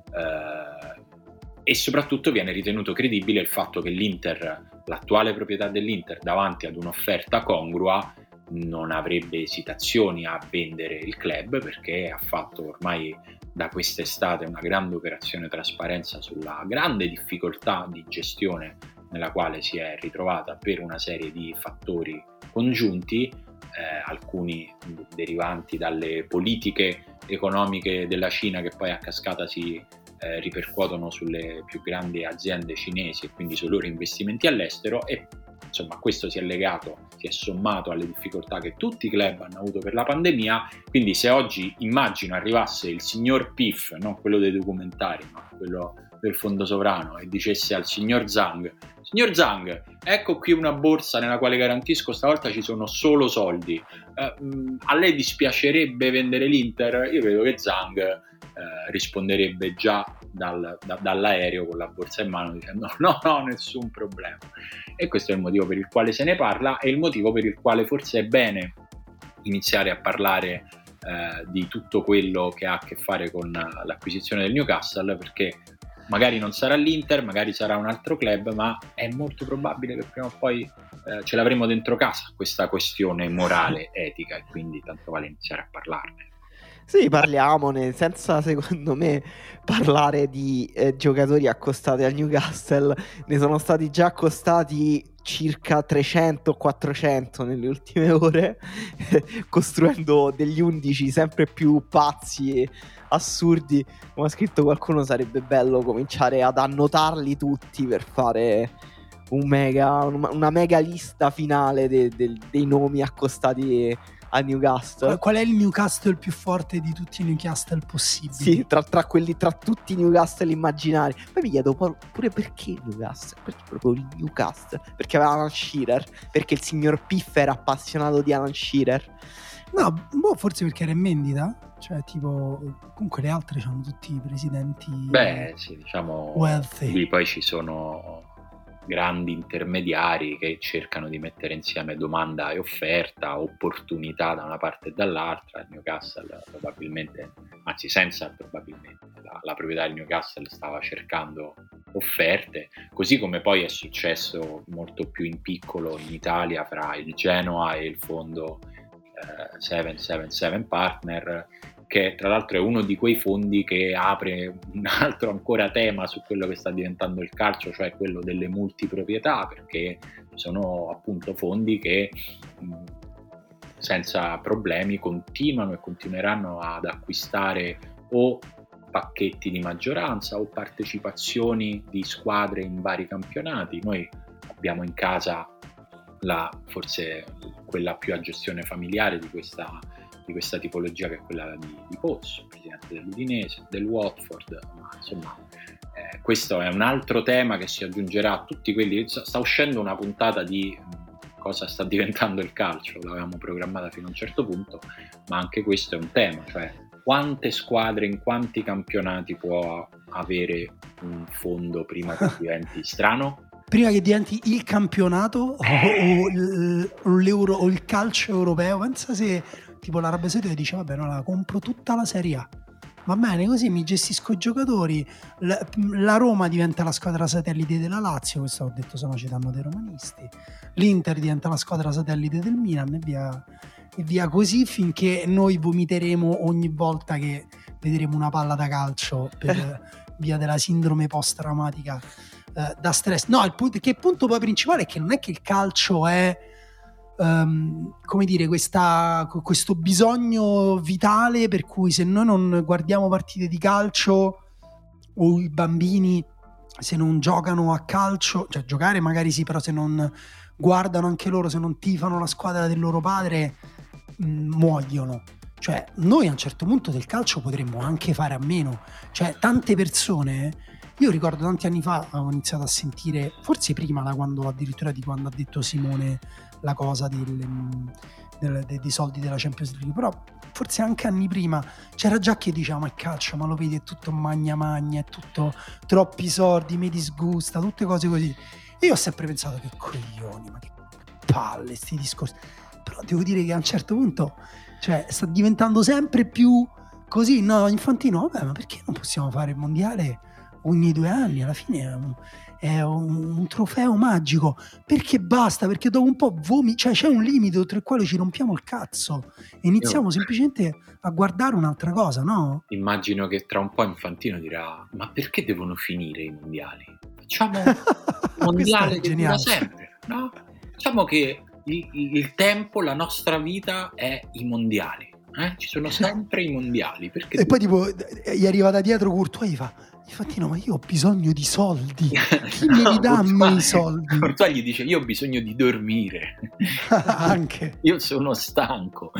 eh, e soprattutto viene ritenuto credibile il fatto che l'Inter, l'attuale proprietà dell'Inter, davanti ad un'offerta congrua non avrebbe esitazioni a vendere il club, perché ha fatto ormai da quest'estate una grande operazione trasparenza sulla grande difficoltà di gestione nella quale si è ritrovata per una serie di fattori congiunti, eh, alcuni derivanti dalle politiche economiche della Cina che poi a cascata si eh, ripercuotono sulle più grandi aziende cinesi e quindi sui loro investimenti all'estero, e insomma questo si è legato, si è sommato alle difficoltà che tutti i club hanno avuto per la pandemia. Quindi se oggi immagino arrivasse il signor Piff, non quello dei documentari ma quello del fondo sovrano, e dicesse al signor Zhang: signor Zhang, ecco qui una borsa nella quale garantisco stavolta ci sono solo soldi, eh, mh, a lei dispiacerebbe vendere l'Inter? Io credo che Zhang eh, risponderebbe già dal, da, dall'aereo con la borsa in mano dicendo no, no, nessun problema. E questo è il motivo per il quale se ne parla, e il motivo per il quale forse è bene iniziare a parlare eh, di tutto quello che ha a che fare con l'acquisizione del Newcastle, perché magari non sarà l'Inter, magari sarà un altro club, ma è molto probabile che prima o poi eh, ce l'avremo dentro casa questa questione morale, etica, e quindi tanto vale iniziare a parlarne. Sì, parliamone, senza secondo me parlare di eh, giocatori accostati al Newcastle. Ne sono stati già accostati circa trecento o quattrocento nelle ultime ore, costruendo degli undici sempre più pazzi e assurdi. Come ha scritto qualcuno, sarebbe bello cominciare ad annotarli tutti per fare un mega, una mega lista finale de, de, dei nomi accostati a Newcastle. Qual è il Newcastle più forte di tutti i Newcastle possibili? Sì, tra, tra quelli, tra tutti i Newcastle immaginari. Poi mi chiedo pure perché Newcastle, perché proprio il Newcastle? Perché aveva Alan Shearer? Perché il signor Piff era appassionato di Alan Shearer? No, boh, forse perché era in vendita. Cioè, tipo, comunque le altre hanno tutti i presidenti. Beh, sì, diciamo. Wealthy. Lì poi ci sono grandi intermediari che cercano di mettere insieme domanda e offerta, opportunità da una parte e dall'altra. Il Newcastle probabilmente, anzi senza probabilmente, la, la proprietà del Newcastle stava cercando offerte, così come poi è successo molto più in piccolo in Italia fra il Genoa e il fondo eh, sette sette sette Partner, che tra l'altro è uno di quei fondi che apre un altro ancora tema su quello che sta diventando il calcio, cioè quello delle multiproprietà, perché sono appunto fondi che mh, senza problemi continuano e continueranno ad acquistare o pacchetti di maggioranza o partecipazioni di squadre in vari campionati. Noi abbiamo in casa la, forse quella più a gestione familiare di questa di questa tipologia, che è quella di, di Pozzo, presidente dell'Udinese, del Watford, ma insomma eh, questo è un altro tema che si aggiungerà a tutti quelli. Sta uscendo una puntata di mh, cosa sta diventando il calcio, l'avevamo programmata fino a un certo punto, ma anche questo è un tema, cioè quante squadre in quanti campionati può avere un fondo prima che diventi strano? Prima che diventi il campionato o, o, o, l'euro, o il calcio europeo. Pensa se tipo l'Arabia Saudita dice vabbè, no, la compro tutta la Serie A, va bene, così mi gestisco i giocatori, la, la Roma diventa la squadra satellite della Lazio, questo ho detto, sono citando dei romanisti, l'Inter diventa la squadra satellite del Milan e via, e via così, finché noi vomiteremo ogni volta che vedremo una palla da calcio per via della sindrome post-traumatica eh, da stress. No, il punto, che il punto poi principale è che non è che il calcio è Um, come dire, questa, questo bisogno vitale per cui se noi non guardiamo partite di calcio, o i bambini se non giocano a calcio, cioè giocare magari sì, però se non guardano anche loro, se non tifano la squadra del loro padre, mh, muoiono. Cioè noi a un certo punto del calcio potremmo anche fare a meno. Cioè tante persone, io ricordo tanti anni fa avevo iniziato a sentire, forse prima da quando addirittura di quando ha detto Simone la cosa del, del, dei soldi della Champions League, però forse anche anni prima c'era già chi diceva ma il calcio, ma lo vedi, è tutto magna magna, è tutto troppi soldi, mi disgusta, tutte cose così. E io ho sempre pensato che coglioni, ma che palle sti discorsi, però devo dire che a un certo punto, cioè, sta diventando sempre più così, no, Infantino, vabbè, ma perché non possiamo fare il mondiale ogni due anni? Alla fine è un, è un, un trofeo magico, perché basta, perché dopo un po' vomi, cioè c'è un limite oltre il quale ci rompiamo il cazzo e iniziamo Io... semplicemente a guardare un'altra cosa, no? Immagino che tra un po' Infantino dirà ma perché devono finire i mondiali? Facciamo un mondiale che dura sempre, no? Diciamo che il, il tempo, la nostra vita è i mondiali, eh? Ci sono sempre i mondiali, perché e tu... poi tipo gli arriva da dietro Courtois e fa Infantino, ma io ho bisogno di soldi, chi me li dà a me i soldi? Courtois gli dice io ho bisogno di dormire anche io sono stanco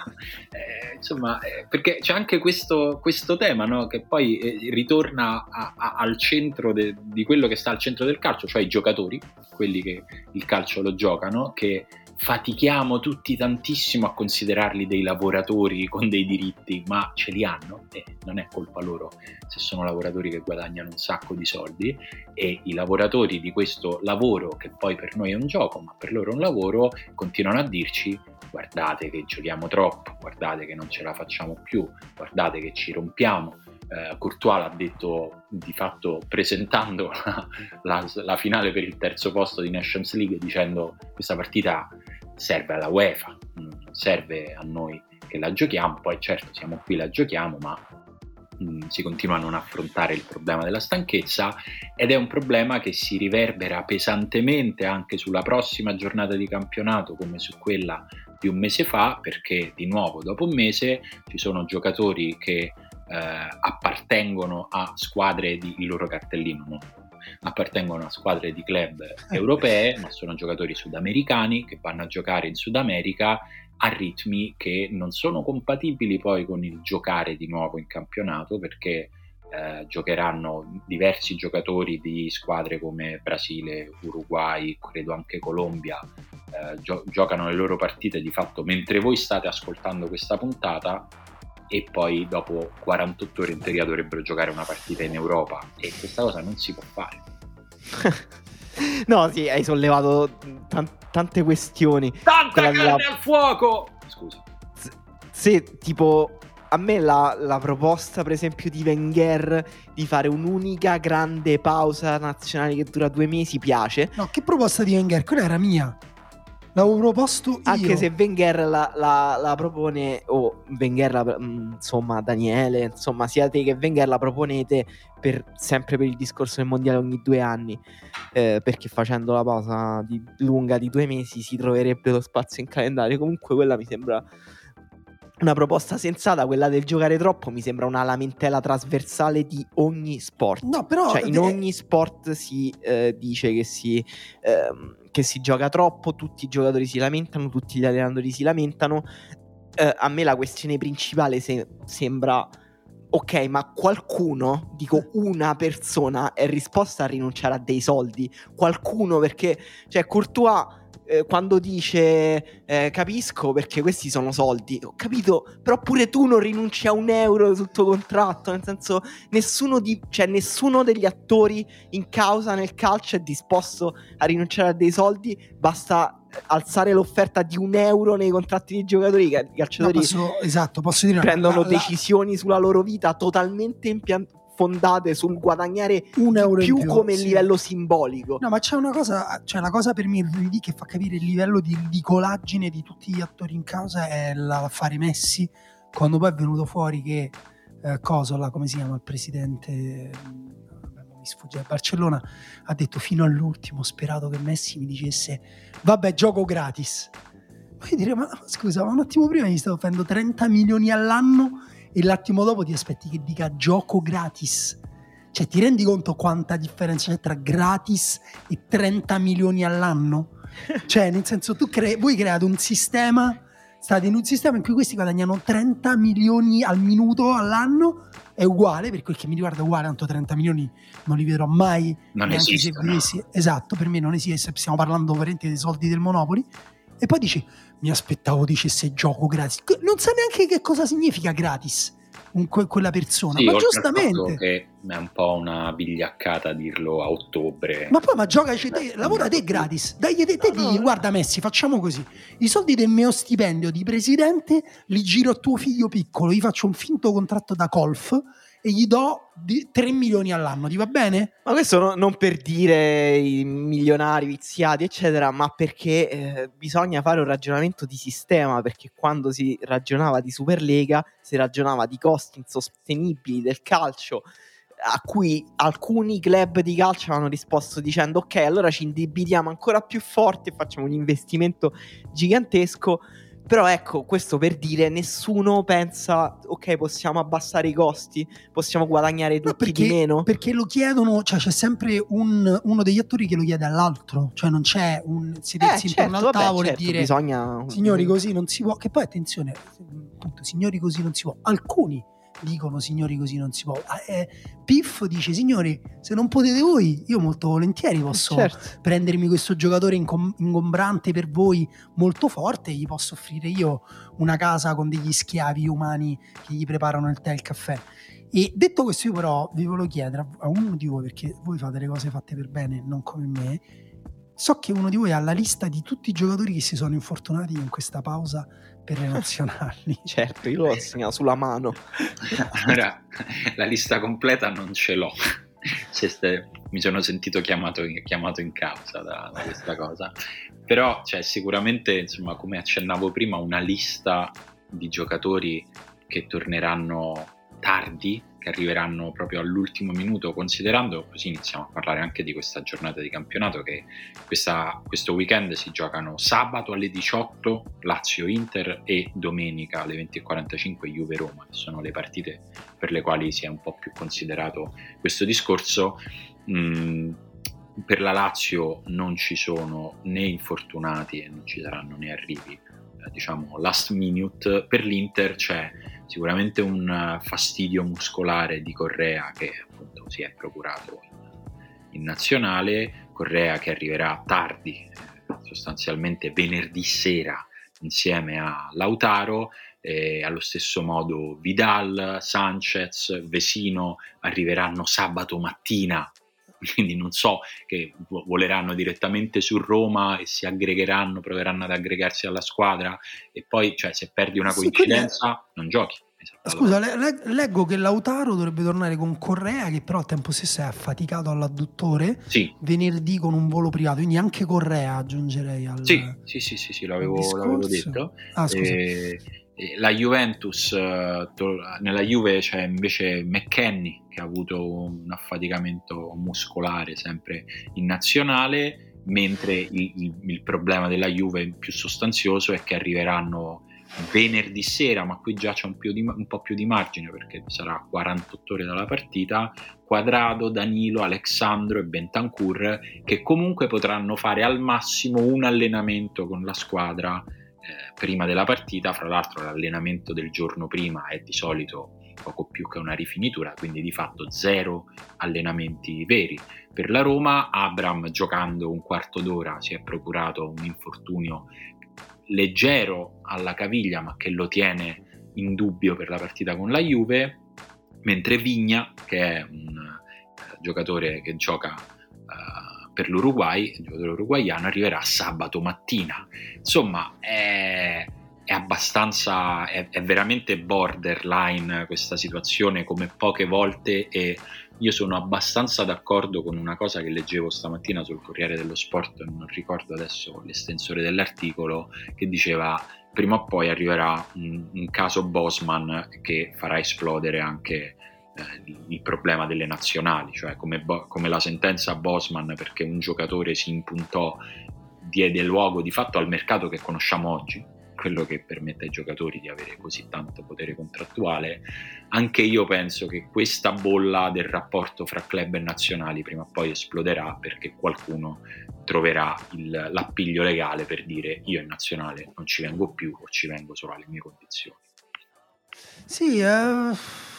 eh, insomma eh, perché c'è anche questo, questo tema, no? Che poi eh, ritorna a, a, al centro de, di quello che sta al centro del calcio, cioè i giocatori, quelli che il calcio lo giocano, che fatichiamo tutti tantissimo a considerarli dei lavoratori con dei diritti, ma ce li hanno e non è colpa loro se sono lavoratori che guadagnano un sacco di soldi, e i lavoratori di questo lavoro, che poi per noi è un gioco ma per loro è un lavoro, continuano a dirci guardate che giochiamo troppo, guardate che non ce la facciamo più, guardate che ci rompiamo. Uh, Courtois l'ha detto di fatto presentando la, la, la finale per il terzo posto di Nations League, dicendo questa partita serve alla UEFA, non serve a noi che la giochiamo, poi certo siamo qui, la giochiamo, ma mh, si continua a non affrontare il problema della stanchezza, ed è un problema che si riverbera pesantemente anche sulla prossima giornata di campionato come su quella di un mese fa, perché di nuovo dopo un mese ci sono giocatori che eh, appartengono a squadre di il loro cartellino, no? appartengono a squadre di club europee, ma sono giocatori sudamericani che vanno a giocare in Sud America a ritmi che non sono compatibili poi con il giocare di nuovo in campionato, perché eh, giocheranno diversi giocatori di squadre come Brasile, Uruguay, credo anche Colombia, eh, gio- giocano le loro partite di fatto mentre voi state ascoltando questa puntata, e poi dopo quarantotto ore in teoria dovrebbero giocare una partita in Europa, e questa cosa non si può fare. No, sì, hai sollevato t- tante questioni. Tanta Quella carne della- al fuoco! Scusa. Sì, tipo, a me la, la proposta, per esempio, di Wenger di fare un'unica grande pausa nazionale che dura due mesi piace. No, che proposta di Wenger? Quella era mia. L'avevo proposto io. Anche se Wenger la, la, la propone, o Wenger, la, mh, insomma, Daniele, insomma, sia te che Wenger la proponete per, sempre per il discorso del mondiale ogni due anni, eh, perché facendo la pausa di, lunga di due mesi si troverebbe lo spazio in calendario. Comunque quella mi sembra una proposta sensata. Quella del giocare troppo mi sembra una lamentela trasversale di ogni sport. No, però Cioè, in eh, ogni sport si eh, dice che si, ehm, che si gioca troppo, tutti i giocatori si lamentano, tutti gli allenatori si lamentano. Eh, a me la questione principale se- sembra: ok, ma qualcuno, dico una persona, è disposta a rinunciare a dei soldi? Qualcuno, perché, cioè, Courtois eh, quando dice eh, capisco perché questi sono soldi, ho capito, però pure tu non rinunci a un euro sul tuo contratto, nel senso, nessuno di, cioè nessuno degli attori in causa nel calcio è disposto a rinunciare a dei soldi, basta alzare l'offerta di un euro nei contratti dei giocatori. I calciatori no, posso, esatto, posso dire prendono la, la, decisioni sulla loro vita totalmente impiantate, fondate sul guadagnare un euro più, in più come sì. livello simbolico. No, ma c'è una cosa, cioè la cosa per me che fa capire il livello di ridicolaggine di tutti gli attori in causa è l'affare Messi, quando poi è venuto fuori che eh, Cosola, come si chiama il presidente, mi sfugge, a Barcellona, ha detto fino all'ultimo ho sperato che Messi mi dicesse vabbè, gioco gratis. Poi dire ma scusa, ma un attimo prima gli stavo offrendo trenta milioni all'anno e l'attimo dopo ti aspetti che dica gioco gratis. Cioè, ti rendi conto quanta differenza c'è tra gratis e trenta milioni all'anno? Cioè, nel senso, tu cre- voi create un sistema, state in un sistema in cui questi guadagnano trenta milioni al minuto all'anno, è uguale, per quel che mi riguarda è uguale, tanto trenta milioni non li vedrò mai, non neanche se vivessi. Esatto, per me non esiste, stiamo parlando veramente dei soldi del Monopoli. E poi dici, mi aspettavo dicesse gioco gratis. Non sa neanche che cosa significa gratis un, que- quella persona, sì, ma oltre giustamente al fatto che è un po' una vigliaccata dirlo a ottobre. Ma poi ma giocaci te, lavora te gratis. Dai, te, te no, digli, no. Guarda Messi, facciamo così. I soldi del mio stipendio di presidente li giro a tuo figlio piccolo, gli faccio un finto contratto da golf e gli do tre milioni all'anno, ti va bene? Ma questo no, non per dire i milionari viziati eccetera, ma perché eh, bisogna fare un ragionamento di sistema, perché quando si ragionava di Superlega si ragionava di costi insostenibili del calcio, a cui alcuni club di calcio hanno risposto dicendo ok, allora ci indebitiamo ancora più forte e facciamo un investimento gigantesco. Però ecco, questo per dire, nessuno pensa ok, possiamo abbassare i costi, possiamo guadagnare tutti no, perché, di meno, perché lo chiedono, cioè c'è sempre un, uno degli attori che lo chiede all'altro, cioè non c'è un sedersi eh, intorno certo, al vabbè, tavolo certo, e dire bisogna... signori così non si può, che poi attenzione appunto, signori così non si può, alcuni dicono signori così non si può, eh, Piff dice signori se non potete voi io molto volentieri posso certo. prendermi questo giocatore incom- ingombrante per voi molto forte, gli posso offrire io una casa con degli schiavi umani che gli preparano il tè e il caffè. E detto questo, io però vi volevo chiedere a uno di voi, perché voi fate le cose fatte per bene, non come me, so che uno di voi ha la lista di tutti i giocatori che si sono infortunati in questa pausa per le nazionali. Certo, io l'ho segnato sulla mano. Allora, la lista completa non ce l'ho. Cioè, mi sono sentito chiamato in, chiamato in causa da, da questa cosa. Però, cioè, sicuramente, insomma, come accennavo prima, una lista di giocatori che torneranno tardi, che arriveranno proprio all'ultimo minuto, considerando, così iniziamo a parlare anche di questa giornata di campionato, che questa, questo weekend si giocano sabato alle diciotto Lazio-Inter e domenica alle venti e quarantacinque Juve-Roma, che sono le partite per le quali si è un po' più considerato questo discorso. Mm, per la Lazio non ci sono né infortunati e non ci saranno né arrivi, eh, diciamo last minute. Per l'Inter c'è sicuramente un fastidio muscolare di Correa che appunto si è procurato in, in nazionale, Correa che arriverà tardi, eh, sostanzialmente venerdì sera insieme a Lautaro, e allo stesso modo Vidal, Sanchez, Vesino arriveranno sabato mattina, quindi non so che voleranno direttamente su Roma e si aggregheranno, proveranno ad aggregarsi alla squadra, e poi cioè se perdi una coincidenza sì, quindi... non giochi. Scusa, le, le, leggo che Lautaro dovrebbe tornare con Correa, che però al tempo stesso è affaticato all'adduttore, sì. venerdì con un volo privato, quindi anche Correa aggiungerei al sì sì sì sì, sì l'avevo, l'avevo detto. Ah, scusa. E, e la Juventus, nella Juve c'è invece McKennie che ha avuto un affaticamento muscolare sempre in nazionale, mentre il, il, il problema della Juve più sostanzioso è che arriveranno venerdì sera, ma qui già c'è un, più di, un po' più di margine perché sarà quarantotto ore dalla partita, Quadrado, Danilo, Alexandro e Bentancur, che comunque potranno fare al massimo un allenamento con la squadra eh, prima della partita. Fra l'altro l'allenamento del giorno prima è di solito poco più che una rifinitura, quindi di fatto zero allenamenti veri. Per la Roma, Abraham, giocando un quarto d'ora, si è procurato un infortunio leggero alla caviglia, ma che lo tiene in dubbio per la partita con la Juve, mentre Vigna, che è un uh, giocatore che gioca uh, per l'Uruguay, il giocatore uruguaiano, arriverà sabato mattina. Insomma, è, è abbastanza, è, è veramente borderline questa situazione, come poche volte, e io sono abbastanza d'accordo con una cosa che leggevo stamattina sul Corriere dello Sport, non ricordo adesso l'estensore dell'articolo, che diceva prima o poi arriverà un, un caso Bosman che farà esplodere anche eh, il, il problema delle nazionali, cioè come, come la sentenza Bosman, perché un giocatore si impuntò, diede luogo di fatto al mercato che conosciamo oggi, quello che permette ai giocatori di avere così tanto potere contrattuale. Anche io penso che questa bolla del rapporto fra club e nazionali prima o poi esploderà, perché qualcuno troverà il, l'appiglio legale per dire io in nazionale non ci vengo più o ci vengo solo alle mie condizioni. Sì, eh,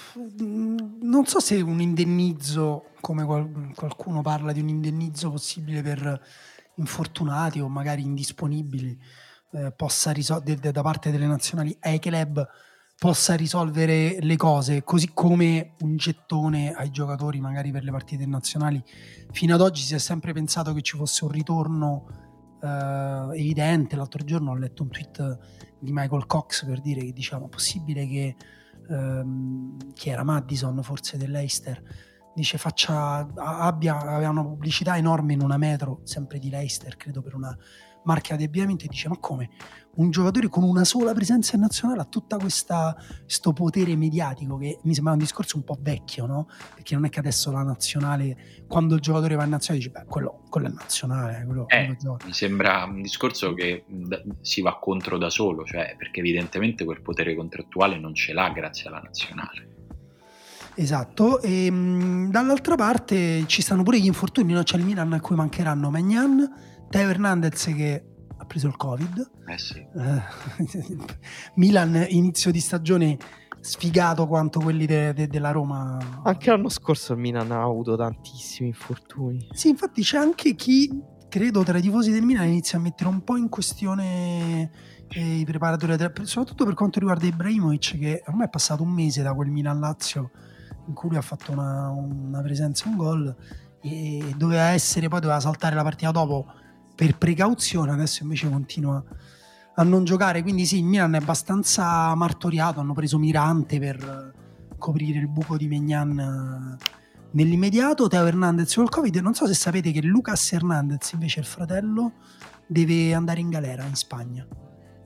non so se un indennizzo, come qual- qualcuno parla di un indennizzo possibile per infortunati o magari indisponibili, Eh, possa risolvere da parte delle nazionali ai club, possa risolvere le cose, così come un gettone ai giocatori magari per le partite nazionali. Fino ad oggi si è sempre pensato che ci fosse un ritorno eh, evidente. L'altro giorno ho letto un tweet di Michael Cox per dire che diciamo possibile che ehm, chi era Madison forse dell'Leicester dice faccia abbia aveva una pubblicità enorme in una metro sempre di Leicester, credo per una marca di abbigliamento, e dice ma come un giocatore con una sola presenza in nazionale ha tutta questa questo potere mediatico, che mi sembra un discorso un po' vecchio, no? Perché non è che adesso la nazionale, quando il giocatore va in nazionale dice beh quello, quello è nazionale, quello, eh, quello mi sembra un discorso che mh, si va contro da solo, cioè perché evidentemente quel potere contrattuale non ce l'ha grazie alla nazionale. Esatto, e mh, dall'altra parte ci stanno pure gli infortuni, no? C'è il Milan a cui mancheranno Maignan, Teo Hernandez che ha preso il Covid, eh sì. eh, Milan inizio di stagione sfigato quanto quelli de- de- della Roma. Anche l'anno scorso il Milan ha avuto tantissimi infortuni. Sì, infatti c'è anche chi, credo tra i tifosi del Milan, inizia a mettere un po' in questione eh, i preparatori, soprattutto per quanto riguarda Ibrahimovic, che ormai è passato un mese da quel Milan-Lazio in cui lui ha fatto una, una presenza, un gol, e doveva essere, poi doveva saltare la partita dopo per precauzione, adesso invece continua a non giocare. Quindi sì, il Milan è abbastanza martoriato, hanno preso Mirante per coprire il buco di Maignan nell'immediato. Teo Hernandez col Covid, non so se sapete che Lucas Hernandez invece, il fratello, deve andare in galera in Spagna.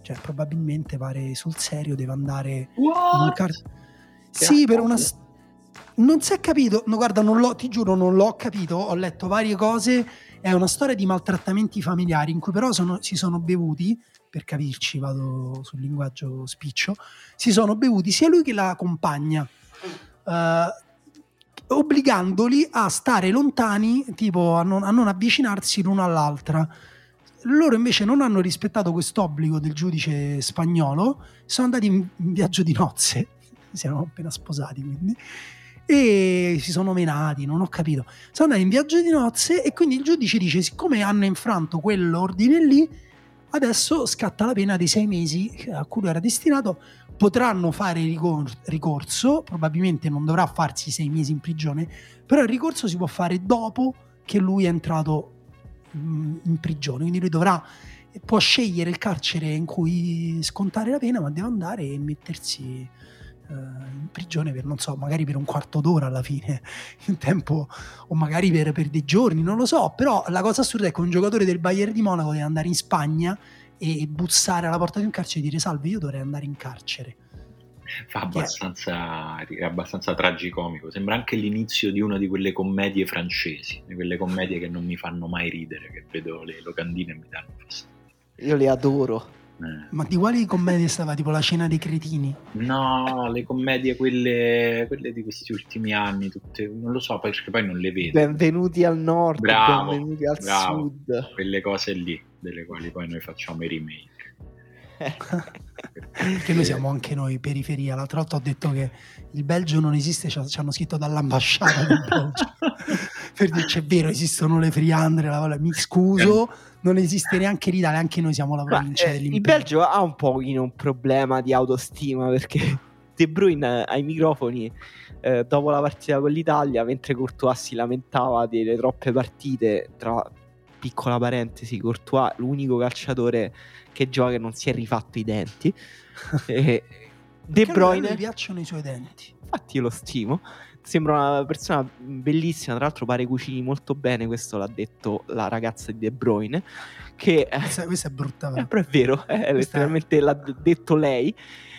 cioè probabilmente pare sul serio deve andare What? in un car- sì, per una st- non si è capito, no, guarda, non l'ho, ti giuro, non l'ho capito. Ho letto varie cose. È una storia di maltrattamenti familiari in cui però sono, si sono bevuti, per capirci, vado sul linguaggio spiccio, si sono bevuti sia lui che la compagna, eh, obbligandoli a stare lontani, tipo a non, a non avvicinarsi l'uno all'altra. Loro invece non hanno rispettato quest'obbligo del giudice spagnolo, sono andati in, in viaggio di nozze, si erano appena sposati quindi, e si sono menati, non ho capito, sono andati in viaggio di nozze e quindi il giudice dice: siccome hanno infranto quell'ordine lì, adesso scatta la pena dei sei mesi a cui era destinato. Potranno fare ricor- ricorso, probabilmente non dovrà farsi sei mesi in prigione, però il ricorso si può fare dopo che lui è entrato mh, in prigione, quindi lui dovrà può scegliere il carcere in cui scontare la pena, ma deve andare e mettersi in prigione per, non so, magari per un quarto d'ora alla fine in tempo, o magari per, per dei giorni, non lo so. Però la cosa assurda è che un giocatore del Bayern di Monaco deve andare in Spagna e bussare alla porta di un carcere e dire: salve, io dovrei andare in carcere. Fa abbastanza, è abbastanza tragicomico. Sembra anche l'inizio di una di quelle commedie francesi, di quelle commedie che non mi fanno mai ridere, che vedo le locandine e mi danno fastidio. Io le adoro. Eh. Ma di quali commedie stava? Tipo La cena dei cretini? No, le commedie quelle, quelle di questi ultimi anni, tutte, non lo so, perché poi non le vedo. Benvenuti al nord, bravo, benvenuti al bravo. sud. Quelle cose lì, delle quali poi noi facciamo i remake. Perché noi siamo anche noi periferia. L'altra volta ho detto che il Belgio non esiste, ci hanno scritto dall'ambasciata del Belgio per dirci: è vero, esistono le Friandre, la... mi scuso, non esiste neanche l'Italia, anche noi siamo la provincia. Ma, eh, il Belgio ha un po' un problema di autostima, perché De Bruyne ai microfoni eh, dopo la partita con l'Italia, mentre Courtois si lamentava delle troppe partite, tra piccola parentesi, Courtois l'unico calciatore che gioca che non si è rifatto i denti, e De Bruyne, mi piacciono i suoi denti, infatti io lo stimo, sembra una persona bellissima, tra l'altro pare cucini molto bene, questo l'ha detto la ragazza di De Bruyne, che questa, questa è brutta, eh, però è vero, eh, letteralmente è... l'ha detto lei.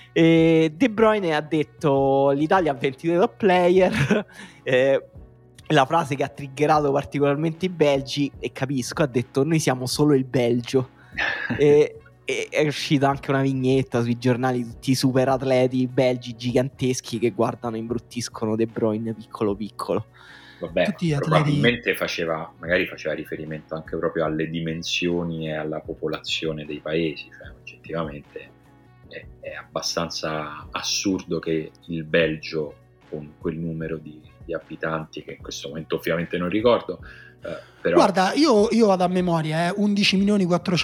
E De Bruyne ha detto: l'Italia ha ventidue top player, eh, la frase che ha triggerato particolarmente i belgi, e capisco, ha detto: noi siamo solo il Belgio. e, e è uscita anche una vignetta sui giornali, tutti i super atleti belgi giganteschi che guardano e imbruttiscono De Bruyne piccolo piccolo. Vabbè, tutti probabilmente faceva, magari faceva riferimento anche proprio alle dimensioni e alla popolazione dei paesi, cioè oggettivamente è, è abbastanza assurdo che il Belgio, con quel numero di, di abitanti che in questo momento ovviamente non ricordo, eh, però... guarda, io, io vado a memoria, eh, undici milioni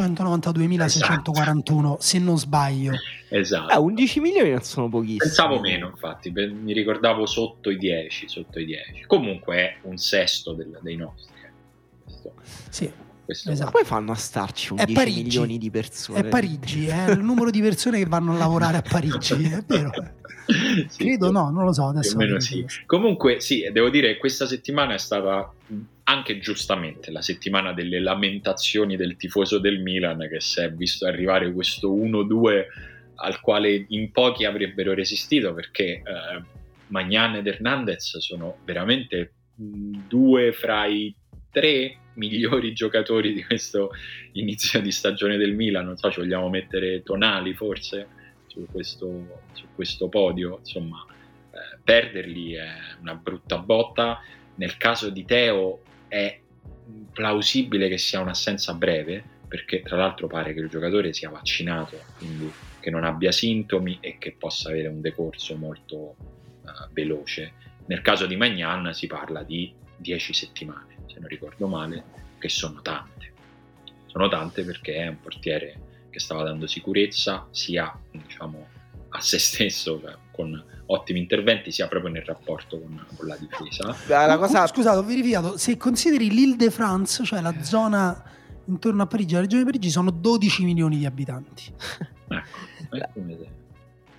quattrocentonovantaduemilaseicentoquarantuno, esatto. Se non sbaglio. Esatto. Eh, undici milioni non sono pochissimi. Pensavo meno, infatti, mi ricordavo sotto i dieci, sotto i dieci. Comunque è un sesto del, dei nostri. Questo, sì, questo esatto. Come fanno a starci undici milioni di persone? È Parigi, è il numero di persone che vanno a lavorare a Parigi, è vero. Sì, credo, no, non lo so adesso. Più o meno sì. Comunque sì, devo dire che questa settimana è stata anche giustamente la settimana delle lamentazioni del tifoso del Milan, che si è visto arrivare questo uno due al quale in pochi avrebbero resistito, perché eh, Maignan ed Hernandez sono veramente due fra i tre migliori giocatori di questo inizio di stagione del Milan. Non so, ci vogliamo mettere Tonali forse su questo, su questo podio. Insomma, eh, perderli è una brutta botta. Nel caso di Theo è plausibile che sia un'assenza breve, perché tra l'altro pare che il giocatore sia vaccinato, quindi che non abbia sintomi e che possa avere un decorso molto uh, veloce. Nel caso di Maignan si parla di dieci settimane, se non ricordo male, che sono tante. Sono tante perché è un portiere che stava dando sicurezza sia, diciamo, a se stesso, cioè, con ottimi interventi, sia proprio nel rapporto con, con la difesa. La cosa... Scusate, ho verificato, se consideri l'Île-de-France, cioè la zona intorno a Parigi, la regione di Parigi, sono dodici milioni di abitanti. Ecco, è come se...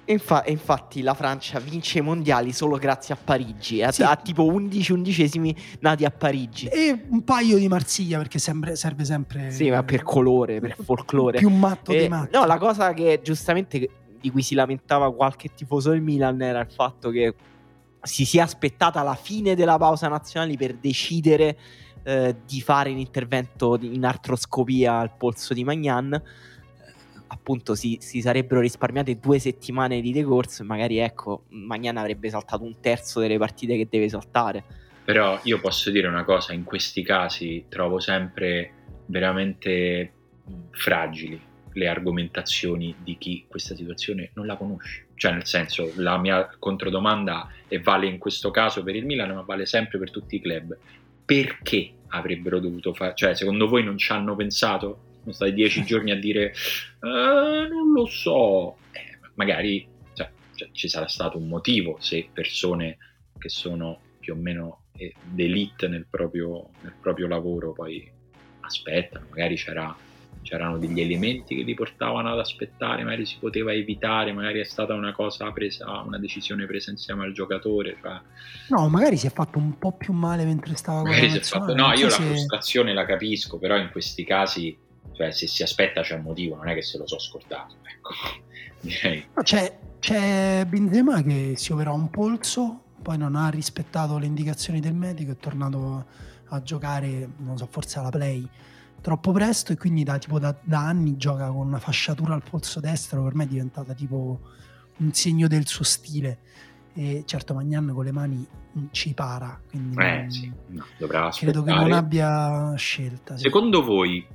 Infa- infatti la Francia vince i mondiali solo grazie a Parigi, a, Sì. a tipo undici undicesimi nati a Parigi. E un paio di Marsiglia, perché sempre- serve sempre... Sì, ma per colore, per folklore. Più matto E- dei matti. No, la cosa che giustamente di cui si lamentava qualche tifoso del Milan era il fatto che si sia aspettata la fine della pausa nazionale per decidere eh, di fare un intervento di- in artroscopia al polso di Magnan. Eh, appunto si, si sarebbero risparmiate due settimane di decorso e magari ecco Magnan avrebbe saltato un terzo delle partite che deve saltare. Però io posso dire una cosa, in questi casi trovo sempre veramente fragili le argomentazioni di chi questa situazione non la conosce. Cioè, nel senso, la mia controdomanda, e vale in questo caso per il Milan, ma vale sempre per tutti i club: perché avrebbero dovuto fare? Cioè, secondo voi non ci hanno pensato? Sono stati dieci giorni a dire eh, non lo so. Eh, magari cioè, cioè, ci sarà stato un motivo se persone che sono più o meno eh, d'elite nel proprio, nel proprio lavoro poi aspettano, magari c'era c'erano degli elementi che li portavano ad aspettare, magari si poteva evitare, magari è stata una cosa presa, una decisione presa insieme al giocatore, cioè, No, magari si è fatto un po' più male mentre stava con la magari si è fatto, nazionale. no, Non io so la se- frustrazione la capisco, però in questi casi, cioè, se si aspetta c'è un motivo, non è che se lo so scordato, ecco, direi. No, c'è, c'è Benzema che si operò un polso, poi non ha rispettato le indicazioni del medico, è tornato a giocare, non so, forse alla play troppo presto, e quindi da, tipo, da, da anni gioca con una fasciatura al polso destro, per me è diventata tipo un segno del suo stile. E certo Magnan con le mani ci para, quindi Eh non- sì, no, dovrà credo che aspettare. non abbia scelta. Sì. Secondo voi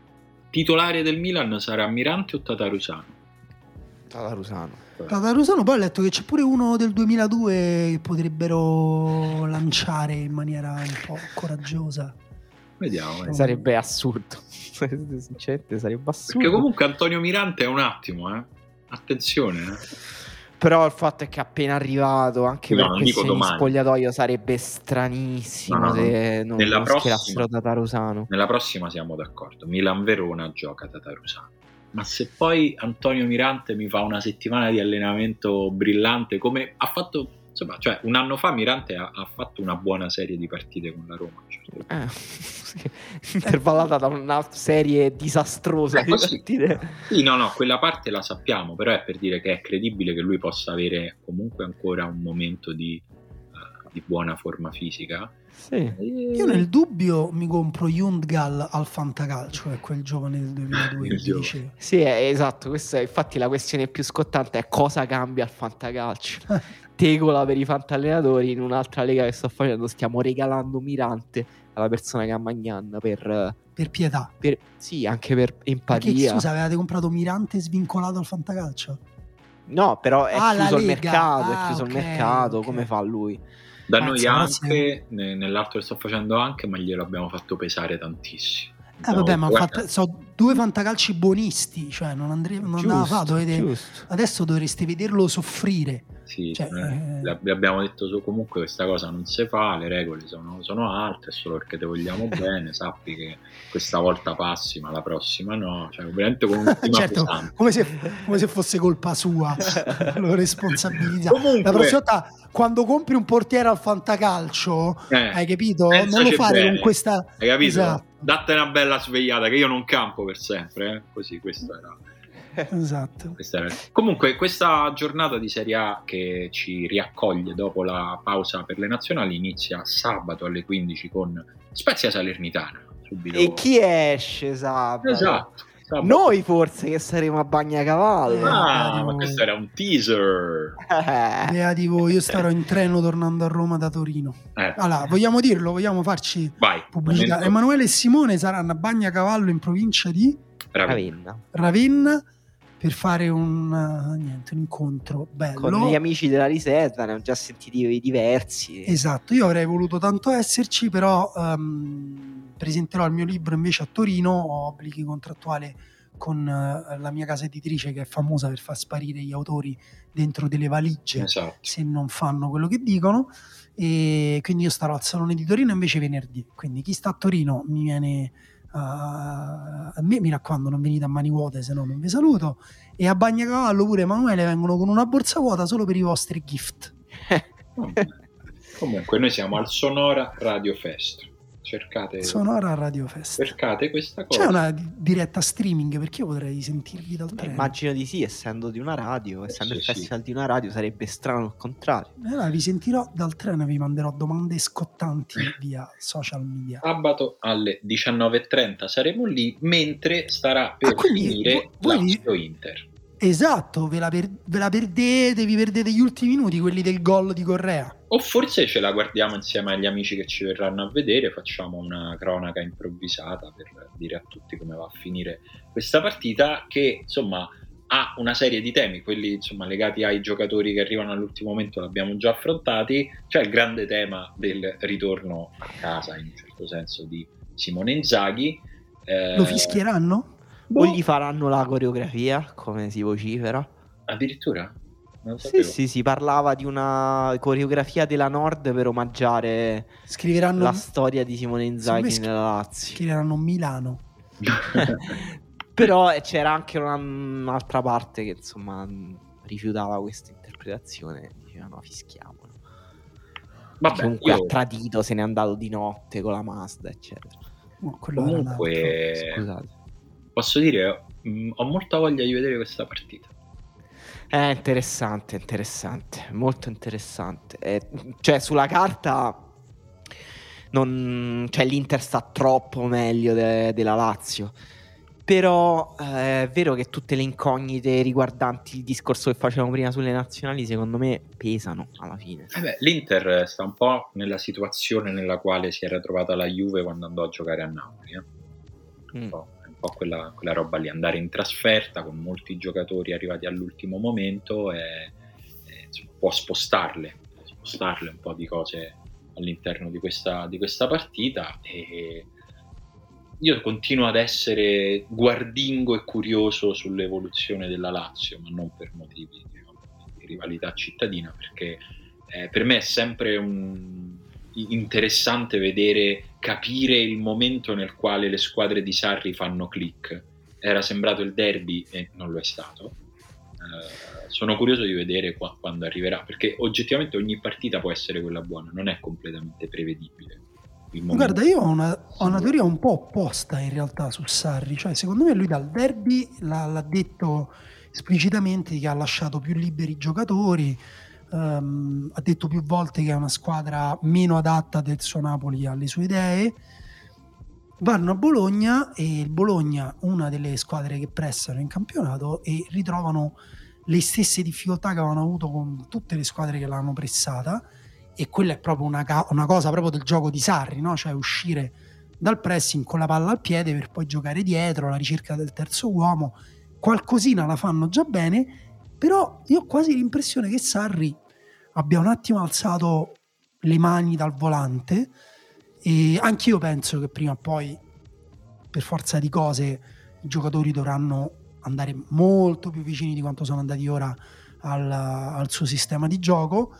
titolare del Milan sarà Mirante o Tatarusano? Tatarusano. Tatarusano, poi ho letto che c'è pure uno del duemiladue che potrebbero lanciare in maniera un po' coraggiosa. Vediamo, eh. Sarebbe assurdo. Sinceramente sarebbe assurdo. Perché comunque Antonio Mirante è un attimo, eh. Attenzione, eh. Però il fatto è che è appena arrivato, anche No, per non dico questioni di domani. spogliatoio, sarebbe stranissimo No, no, se non, nella non prossima- schierassero Tatarusano. Nella prossima siamo d'accordo. Milan-Verona gioca Tatarusano. Ma se poi Antonio Mirante mi fa una settimana di allenamento brillante, come ha fatto, insomma, cioè un anno fa Mirante ha, ha fatto una buona serie di partite con la Roma. Certo. Eh, sì, intervallata da una serie disastrosa Eh, di così. partite. Sì, no, no, quella parte la sappiamo, però è per dire che è credibile che lui possa avere comunque ancora un momento di, eh, di buona forma fisica. Sì. Io nel dubbio mi compro Jundgal al Fantacalcio, è quel giovane del duemiladue che Il ti giovane. dicevo. Sì, è esatto. Questa è infatti la questione più scottante: è cosa cambia al fantacalcio. Tegola per i fantallenatori. In un'altra lega che sto facendo stiamo regalando Mirante alla persona che ha Magnan per, Per pietà. per sì, anche per Perché empatia. scusa, avevate comprato Mirante svincolato al Fantacalcio? No, però è Ah, la chiuso il Lega. mercato, è Ah, chiuso ok, il mercato, ok. come fa lui? Da Mazza, noi però anche, ne- nell'altro che sto facendo anche, ma glielo abbiamo fatto pesare tantissimo. Eh vabbè, ma Guarda, fatta- so due fantacalci buonisti, cioè non, andre- non andava fatto. Dovete- giusto. adesso dovreste vederlo soffrire. sì, cioè, eh, eh. le- le abbiamo detto su- comunque questa cosa non si fa, le regole sono, sono altre, solo perché te vogliamo bene, sappi che questa volta passi, ma la prossima no, cioè veramente con un clima Certo, pesante. come se, come se fosse colpa sua, lo responsabilizza. Comunque- La prossima volta, quando compri un portiere al fantacalcio, Eh, hai capito? pensaci Non lo fare bene, con questa. hai capito? Esatto. Datte una bella svegliata, che io non campo per sempre, eh? Così questo era. Esatto. Questa era- Comunque questa giornata di Serie A che ci riaccoglie dopo la pausa per le nazionali inizia sabato alle quindici con Spezia Salernitana. Subito. E chi esce sabato? Esatto. Sabato. Noi forse che saremo a Bagnacavallo. Ah, Eh, ma questo era un teaser. Eh. Beati voi, io starò in treno tornando a Roma da Torino. Eh, Allora, vogliamo dirlo? Vogliamo farci vai. pubblicità? momento- Emanuele e Simone saranno a Bagnacavallo in provincia di Ravenna. Ravenna. Ravenna per fare un, uh, niente, un incontro bello. Con gli amici della riserva, ne ho già sentiti diversi. Esatto, io avrei voluto tanto esserci, però ehm, presenterò il mio libro invece a Torino, ho obblighi contrattuali con eh, la mia casa editrice che è famosa per far sparire gli autori dentro delle valigie Esatto. se non fanno quello che dicono, e quindi io starò al Salone di Torino invece venerdì, quindi chi sta a Torino mi viene a, a me mi raccomando non venite a mani vuote, se no non vi saluto, e a Bagnacavallo pure Emanuele vengono con una borsa vuota solo per i vostri gift. Comunque noi siamo al Sonora Radio Fest, cercate Sonora Radio Fest, cercate questa cosa. C'è una di- diretta streaming, perché io potrei sentirvi dal Beh, treno. immagino di sì, essendo di una radio, essendo sì, il sì. festival di una radio, sarebbe strano il contrario. Allora vi sentirò dal treno e vi manderò domande scottanti via social media. Sabato alle diciannove e trenta saremo lì, mentre starà per Ah, quindi finire voi- voi- Lazio Inter. Esatto, ve la, per- ve la perdete, vi perdete gli ultimi minuti, quelli del gol di Correa. O forse ce la guardiamo insieme agli amici che ci verranno a vedere, facciamo una cronaca improvvisata per dire a tutti come va a finire questa partita, che insomma ha una serie di temi, quelli insomma legati ai giocatori che arrivano all'ultimo momento l'abbiamo già affrontati. C'è il grande tema del ritorno a casa, in un certo senso, di Simone Inzaghi. Eh, Lo fischieranno? boh, O gli faranno la coreografia, come si vocifera. addirittura? Non lo Sì, sapevo. sì, si parlava di una coreografia della Nord per omaggiare Scriveranno, la storia di Simone Inzaghi Secondo me nella Lazio. scriveranno Milano. Però eh, c'era anche una- un'altra parte che insomma mh, rifiutava questa interpretazione, diceva no, fischiamolo. Vabbè, Comunque io ha tradito, se n'è andato di notte con la Mazda, eccetera. No, quello era un altro. comunque Scusate. posso dire, mh, ho molta voglia di vedere questa partita. È interessante, interessante, molto interessante. Eh, cioè, sulla carta non, cioè, l'Inter sta troppo meglio de- della Lazio. Però eh, è vero che tutte le incognite riguardanti il discorso che facevamo prima sulle nazionali, secondo me, pesano alla fine. Eh beh, l'Inter sta un po' nella situazione nella quale si era trovata la Juve quando andò a giocare a Napoli. Eh? Un Mm. po', è un po' quella, quella roba lì, andare in trasferta con molti giocatori arrivati all'ultimo momento e, e, insomma, può spostarle, può spostarle un po' di cose all'interno di questa, di questa partita. E io continuo ad essere guardingo e curioso sull'evoluzione della Lazio, ma non per motivi, diciamo, di rivalità cittadina, perché eh, per me è sempre un... interessante vedere, capire il momento nel quale le squadre di Sarri fanno click. Era sembrato il derby e non lo è stato. Eh, sono curioso di vedere qua, quando arriverà, perché oggettivamente ogni partita può essere quella buona, non è completamente prevedibile. Il momento- Guarda, io ho una, ho una teoria un po' opposta in realtà su Sarri, cioè secondo me lui dal derby l'ha, l'ha detto esplicitamente che ha lasciato più liberi i giocatori, ehm, ha detto più volte che è una squadra meno adatta del suo Napoli alle sue idee. Vanno a Bologna e il Bologna, una delle squadre che pressano in campionato, e ritrovano le stesse difficoltà che avevano avuto con tutte le squadre che l'hanno pressata. E quella è proprio una, ca- una cosa proprio del gioco di Sarri, no? Cioè uscire dal pressing con la palla al piede per poi giocare dietro, la ricerca del terzo uomo. Qualcosina la fanno già bene, però io ho quasi l'impressione che Sarri abbia un attimo alzato le mani dal volante, e anch'io penso che prima o poi, per forza di cose, i giocatori dovranno andare molto più vicini di quanto sono andati ora al, al suo sistema di gioco.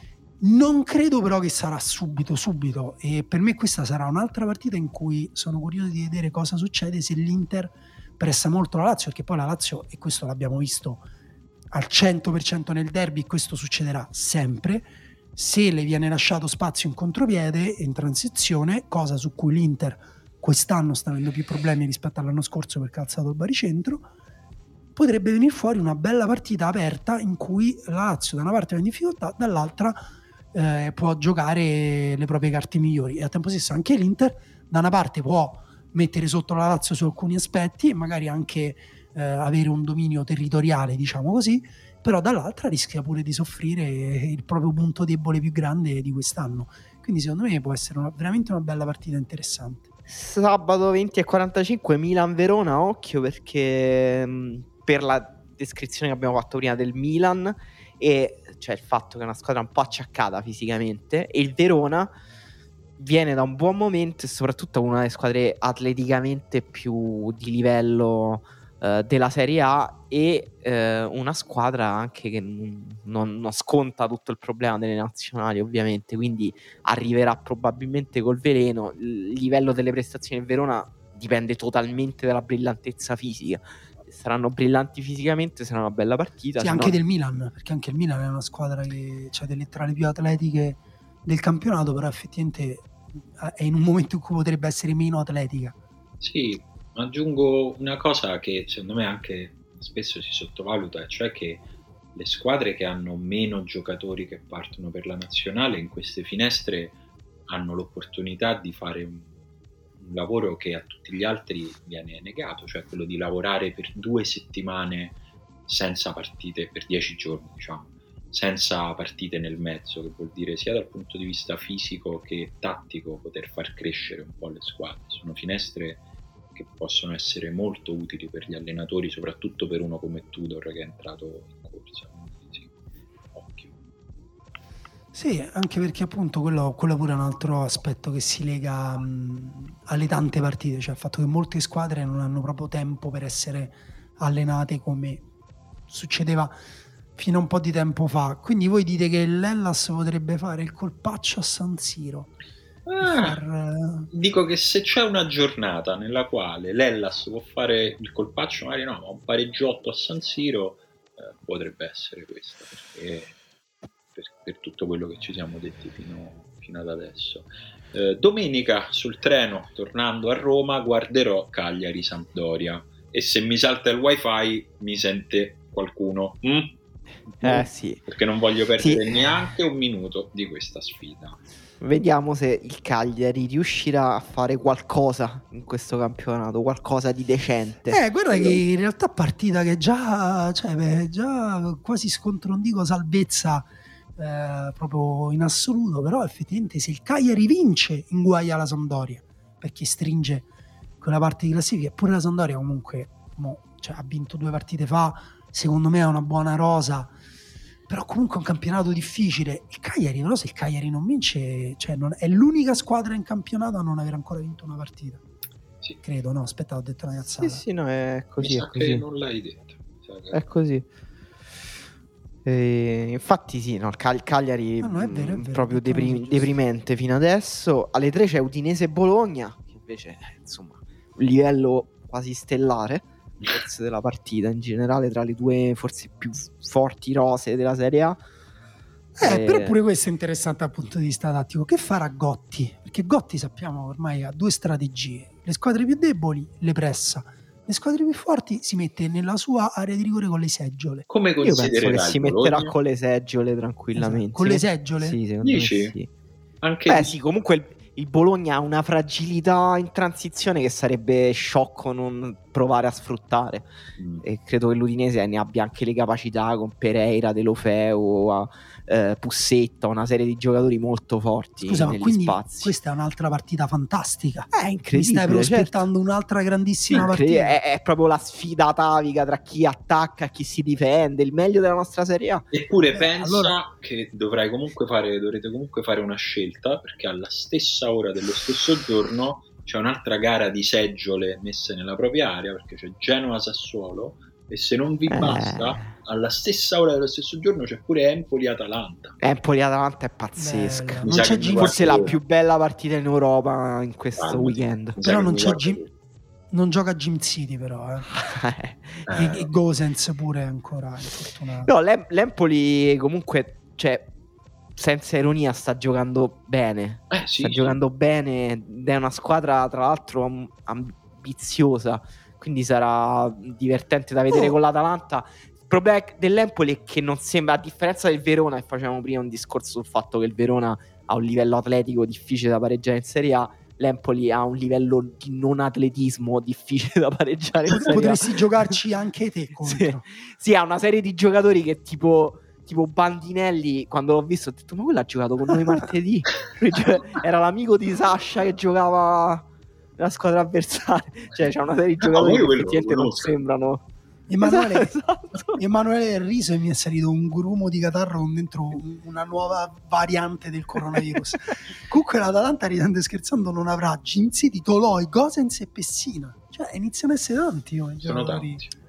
Non credo però che sarà subito subito, e per me questa sarà un'altra partita in cui sono curioso di vedere cosa succede se l'Inter pressa molto la Lazio, perché poi la Lazio, e questo l'abbiamo visto al cento per cento nel derby, e questo succederà sempre, se le viene lasciato spazio in contropiede e in transizione, cosa su cui l'Inter quest'anno sta avendo più problemi rispetto all'anno scorso perché ha alzato il baricentro, potrebbe venire fuori una bella partita aperta in cui la Lazio da una parte va in difficoltà, dall'altra Eh, può giocare le proprie carte migliori, e al tempo stesso anche l'Inter da una parte può mettere sotto la Lazio su alcuni aspetti e magari anche eh, avere un dominio territoriale, diciamo così, però dall'altra rischia pure di soffrire il proprio punto debole più grande di quest'anno. Quindi secondo me può essere una, veramente una bella partita interessante. Sabato venti e quarantacinque Milan-Verona, occhio, perché mh, per la descrizione che abbiamo fatto prima del Milan, e cioè il fatto che è una squadra un po' acciaccata fisicamente, e il Verona viene da un buon momento e soprattutto una delle squadre atleticamente più di livello eh, della Serie A, e eh, una squadra anche che non, non, non sconta tutto il problema delle nazionali, ovviamente, quindi arriverà probabilmente col veleno. Il livello delle prestazioni del Verona dipende totalmente dalla brillantezza fisica. Se saranno brillanti fisicamente sarà una bella partita. Sì, anche no... del Milan, perché anche il Milan è una squadra che cioè delle, tra le più atletiche del campionato, però effettivamente è in un momento in cui potrebbe essere meno atletica. Sì, aggiungo una cosa che secondo me anche spesso si sottovaluta, cioè che le squadre che hanno meno giocatori che partono per la nazionale in queste finestre hanno l'opportunità di fare un, un lavoro che a tutti gli altri viene negato, cioè quello di lavorare per due settimane senza partite, per dieci giorni diciamo, senza partite nel mezzo, che vuol dire sia dal punto di vista fisico che tattico poter far crescere un po' le squadre. Sono finestre che possono essere molto utili per gli allenatori, soprattutto per uno come Tudor che è entrato in corsa. Sì, occhio. Sì, anche perché appunto quello, quello pure è un altro aspetto che si lega mh, alle tante partite, cioè il fatto che molte squadre non hanno proprio tempo per essere allenate come succedeva fino a un po' di tempo fa. Quindi voi dite che l'Hellas potrebbe fare il colpaccio a San Siro? Ah, far... Dico che se c'è una giornata nella quale l'Hellas può fare il colpaccio, magari no, ma un pareggiotto a San Siro, eh, potrebbe essere questa, perché per, per tutto quello che ci siamo detti fino, fino ad adesso. Eh, domenica sul treno, tornando a Roma, guarderò Cagliari-Sampdoria e se mi salta il wifi mi sente qualcuno. Mm? Eh sì. Perché non voglio perdere sì. neanche un minuto di questa sfida. Vediamo se il Cagliari riuscirà a fare qualcosa in questo campionato, qualcosa di decente. Eh, guarda che in realtà partita che già, cioè, beh, già quasi scontro, non dico salvezza eh, proprio in assoluto, però effettivamente se il Cagliari vince inguaglia la Sampdoria, perché stringe quella parte di classifica. Eppure la Sampdoria comunque mo, cioè, ha vinto due partite fa, secondo me ha una buona rosa, però comunque è un campionato difficile. Il Cagliari, però se il Cagliari non vince, cioè non, è l'unica squadra in campionato a non aver ancora vinto una partita. Sì. Credo, no? Aspetta, ho detto una cazzata. Sì, sì, no, è così. Mi sa è così. che non l'hai detto. È così. E infatti sì, no, il Cag- Cagliari no, no, è vero, è vero, proprio deprim- giusto. deprimente fino adesso. Alle tre c'è Udinese-Bologna, che invece insomma un livello quasi stellare forse della partita in generale, tra le due forse più forti rose della Serie A. Eh, e... però pure questo è interessante dal punto di vista tattico. Che farà Gotti? Perché Gotti sappiamo ormai ha due strategie: le squadre più deboli le pressa, le squadre più forti si mette nella sua area di rigore con le seggiole. Come io penso che si metterà Bologna? con le seggiole tranquillamente. Esatto. Con le seggiole? Sì, secondo Dici? me sì. Anche Beh di... sì, comunque il, il Bologna ha una fragilità in transizione che sarebbe sciocco non provare a sfruttare. Mm. E credo che l'Udinese ne abbia anche le capacità con Pereira, De Lofeu, eh, Pussetta, una serie di giocatori molto forti. Scusa, negli ma quindi spazi. Questa è un'altra partita fantastica. È incredibile. Mi stai prospettando certo. un'altra grandissima partita. È, è proprio la sfida atavica tra chi attacca e chi si difende, il meglio della nostra Serie A. Eppure Beh, pensa allora... che dovrai comunque fare, dovrete comunque fare una scelta, perché alla stessa ora dello stesso giorno c'è un'altra gara di seggiole messe nella propria area, perché c'è Genoa-Sassuolo, e se non vi basta, eh. alla stessa ora dello stesso giorno c'è pure Empoli-Atalanta. Empoli-Atalanta è pazzesca. Non c'è Gim- forse la più bella partita in Europa in questo ah, weekend. Però non c'è Gim- non gioca Jim City però eh. e, e Gosens pure ancora infortunato. No, l'Em- l'Empoli comunque, cioè, senza ironia sta giocando bene. Eh, sì, sta sì. giocando bene ed è una squadra tra l'altro am- ambiziosa, quindi sarà divertente da vedere oh. con l'Atalanta. Il problema dell'Empoli è che non sembra, a differenza del Verona, e facevamo prima un discorso sul fatto che il Verona ha un livello atletico difficile da pareggiare in Serie A, l'Empoli ha un livello di non atletismo difficile da pareggiare in Serie A. Potresti giocarci anche te contro. Sì. Sì, ha una serie di giocatori che tipo tipo Bandinelli, quando l'ho visto ho detto ma quello ha giocato con noi martedì. Era l'amico di Sasha che giocava nella squadra avversaria, cioè c'è una serie di giocatori no, che effettivamente non sembrano. Emanuele, esatto. Emanuele Riso, e mi è salito un grumo di catarro con dentro una nuova variante del coronavirus. Comunque l'Atalanta, ridendo e scherzando, non avrà Jim City, Toloi, Gosens e Pessina, cioè iniziano a essere tanti oh, sono tanti,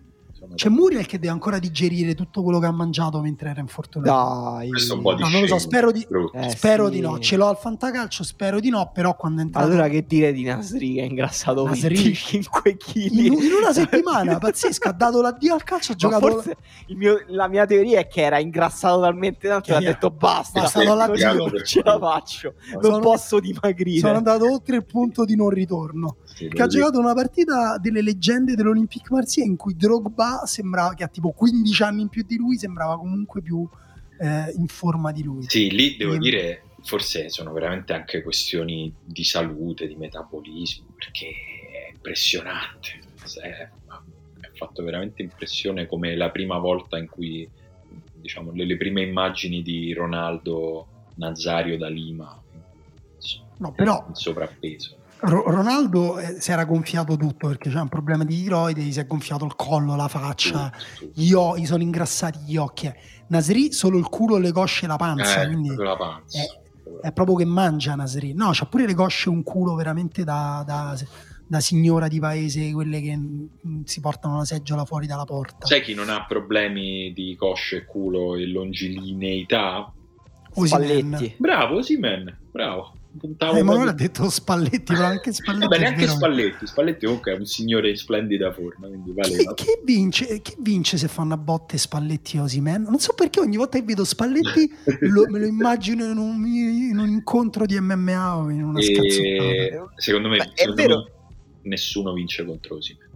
C'è Muriel che deve ancora digerire tutto quello che ha mangiato mentre era infortunato. Dai, Questo è un po' di no, non lo so, spero di, eh, spero sì. di no. Ce l'ho al fantacalcio, spero di no. Però quando è entrato, allora che dire di Nasri che è ingrassato Nasri, venticinque chili in, in una settimana, pazzesco, ha dato l'addio al calcio, ha Ma giocato. forse il mio, la mia teoria è che era ingrassato talmente tanto che ha detto basta, basta, non non ce la faccio, non sono, posso dimagrire. Sono andato oltre il punto di non ritorno. Sì, che ha giocato una partita delle leggende dell'Olympique Marseille in cui Drogba sembrava che ha tipo quindici anni in più di lui, sembrava comunque più eh, in forma di lui. Sì, lì devo e... dire forse sono veramente anche questioni di salute, di metabolismo, perché è impressionante, è, è fatto veramente impressione come la prima volta in cui, diciamo, le, le prime immagini di Ronaldo Nazario da Lima, insomma, no, però in sovrappeso. Ronaldo eh, si era gonfiato tutto perché c'è un problema di tiroide, gli si è gonfiato il collo, la faccia, tutto, tutto. Gli, o- gli sono ingrassati gli occhi. Nasri solo il culo, le cosce e la panza, Eh, quindi la panza. È, è proprio che mangia Nasri. No, c'ha pure le cosce e un culo veramente da, da, da signora di paese, quelle che mh, si portano la seggiola fuori dalla porta. Sai chi non ha problemi di cosce, culo e longilineità? Spalletti. Bravo, Osimhen, bravo. Eh, ma non ha detto Spalletti, però anche Spalletti. Vabbè, neanche vero. Spalletti. Spalletti comunque è un signore in splendida forma, quindi vale. Chi, chi, vince, chi vince se fanno a botte Spalletti e Osimhen? Non so perché ogni volta che vedo Spalletti lo, me lo immagino in un, in un incontro di M M A o in una scazzottata. Secondo me, Beh, secondo è vero. me nessuno vince contro Osimhen.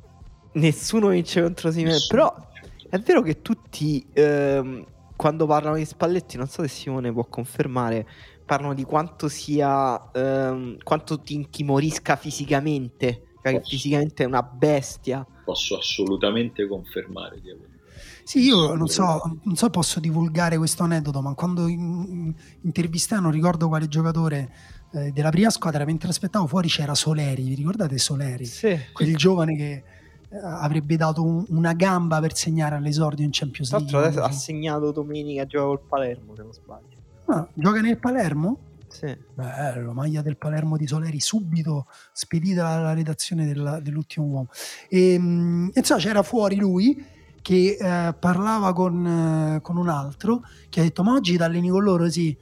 Nessuno vince contro Osimhen, però è vero che tutti ehm, quando parlano di Spalletti, non so se Simone può confermare, parlano di quanto sia ehm, quanto ti intimorisca fisicamente, cioè che fisicamente è una bestia. Posso assolutamente confermare di averlo. Sì, io non so, non so posso divulgare questo aneddoto, ma quando in, in, intervistai, non ricordo quale giocatore eh, della prima squadra, mentre aspettavo fuori c'era Soleri, vi ricordate Soleri? Sì. Quel giovane che eh, avrebbe dato un, una gamba per segnare all'esordio in Champions League. Tra l'altro adesso ha segnato domenica, gioca col Palermo se non sbaglio. Ah, gioca nel Palermo? Sì. Bello, maglia del Palermo di Soleri, subito spedita alla redazione della, dell'ultimo uomo. E, mh, insomma c'era fuori lui che eh, parlava con, eh, con un altro che ha detto ma oggi t'alleni con loro? Sì.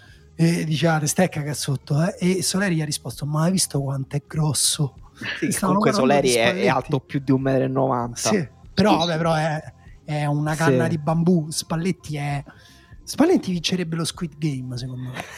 E diceva stecca che sotto eh? E Soleri gli ha risposto ma hai visto quanto è grosso? Sì, comunque Soleri è, è alto più di un metro e novanta. Sì, però, vabbè, però è, è una canna sì. di bambù. Spalletti è Spalletti vincerebbe lo Squid Game secondo me.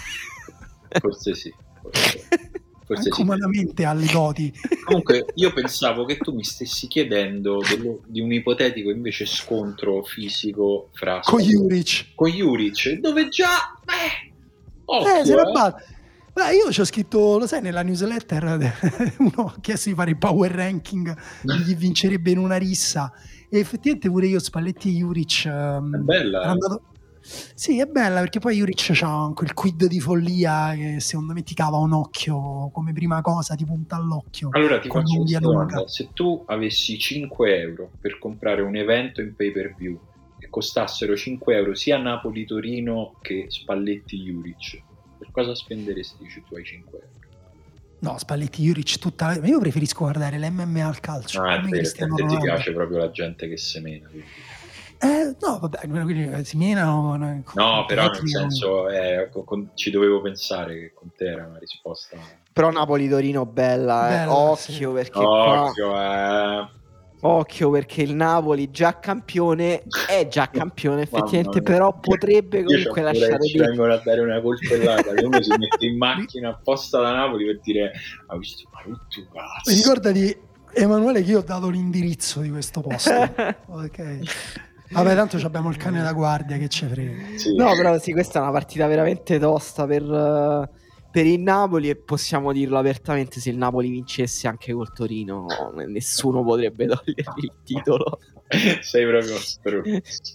Forse sì, forse, forse comunamente sì. Alle doti. Comunque io pensavo che tu mi stessi chiedendo dello, di un ipotetico invece scontro fisico fra con Juric con Juric dove già eh, occhio, eh, se la bat- Beh, io ci ho scritto, lo sai, nella newsletter uno ha chiesto di fare il power ranking di chi vincerebbe in una rissa e effettivamente pure io Spalletti e Juric um, è bella andato... Sì, è bella perché poi Juric c'ha quel quid di follia che secondo me ti cava un occhio come prima cosa, ti punta all'occhio. Allora ti faccio una domanda: se tu avessi cinque euro per comprare un evento in pay per view e costassero cinque euro sia Napoli-Torino che Spalletti-Juric, per cosa spenderesti i tuoi cinque euro? No, Spalletti Juric tutta la... io preferisco guardare l'M M A al calcio. Ah, è vero, perché ti piace proprio la gente che semena. Quindi. Eh, no, vabbè, quindi si menano. No, no però nel senso eh, con, ci dovevo pensare che con te era una risposta. Però Napoli-Torino bella, eh. bella occhio sì. Perché occhio, qua... eh. Occhio perché il Napoli già campione è già campione effettivamente, però potrebbe comunque io lasciare ci vengono a dare una coltellata che uno si mette in macchina apposta da Napoli per dire ha visto ma tu cazzo. Mi ricordati Emanuele che io ho dato l'indirizzo di questo posto. Ok. Vabbè, tanto abbiamo il cane da guardia che ci frega. Sì. No, però sì, questa è una partita veramente tosta per, uh, per il Napoli e possiamo dirlo apertamente, se il Napoli vincesse anche col Torino nessuno potrebbe togliergli il titolo. Sei proprio strutto.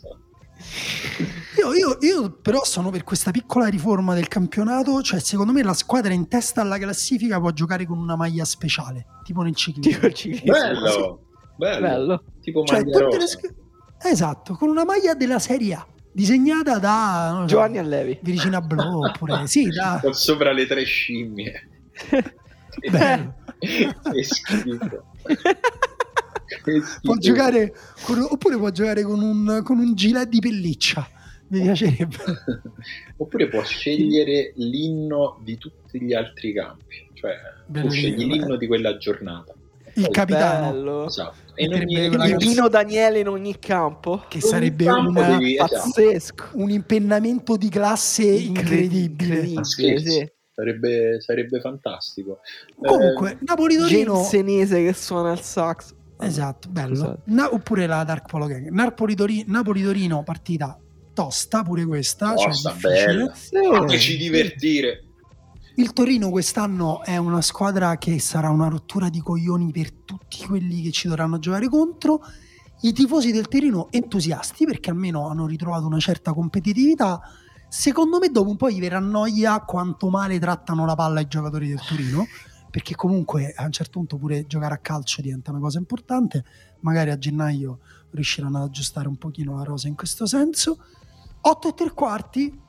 Io, io, io però sono per questa piccola riforma del campionato, cioè secondo me la squadra in testa alla classifica può giocare con una maglia speciale, tipo nel ciclismo. Tipo il ciclismo. Bello, bello. bello. Tipo cioè, maglia rosa. Le... Esatto, con una maglia della Serie A disegnata da non so, Giovanni Allevi, Virginia Blu oppure sì, da... con sopra le tre scimmie. Bello. Che schifo. può giocare con, oppure può giocare con un, con un gilet di pelliccia, mi piacerebbe. Oppure può scegliere l'inno di tutti gli altri campi, cioè tu scegli l'inno di quella giornata, il poi, capitano, bello. esatto. E in Metterebbe ogni, quella Quindi canzone- Pino Daniele in ogni campo. che ogni sarebbe campo una- devi- esatto. Pazzesco. un impennamento di classe incredibile. Ma Incredibile, scherzi, sì. sarebbe, sarebbe fantastico. Comunque, Eh, Napoli-Torino, Gensenese che suona il sax. esatto, bello. Scusate. Na- oppure la Dark Polo Gang. Napoli-Torino, Napoli-Torino, partita tosta pure questa, cioè Tosta, difficile. bella. Sì. Fateci divertire. Il Torino quest'anno è una squadra che sarà una rottura di coglioni per tutti quelli che ci dovranno giocare contro. I tifosi del Torino entusiasti perché almeno hanno ritrovato una certa competitività. Secondo me dopo un po' gli verrà noia quanto male trattano la palla i giocatori del Torino, perché comunque a un certo punto pure giocare a calcio diventa una cosa importante. Magari a gennaio riusciranno ad aggiustare un pochino la rosa in questo senso. Otto e tre quarti,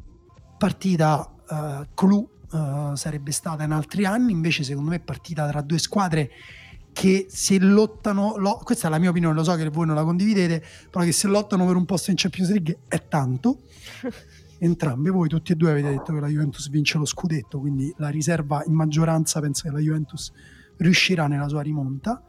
partita uh, clou uh, sarebbe stata in altri anni, invece secondo me è partita tra due squadre che se lottano, lo, questa è la mia opinione, lo so che voi non la condividete, però che se lottano per un posto in Champions League è tanto. Entrambe, voi tutti e due avete detto che la Juventus vince lo scudetto, quindi la riserva in maggioranza pensa che la Juventus riuscirà nella sua rimonta.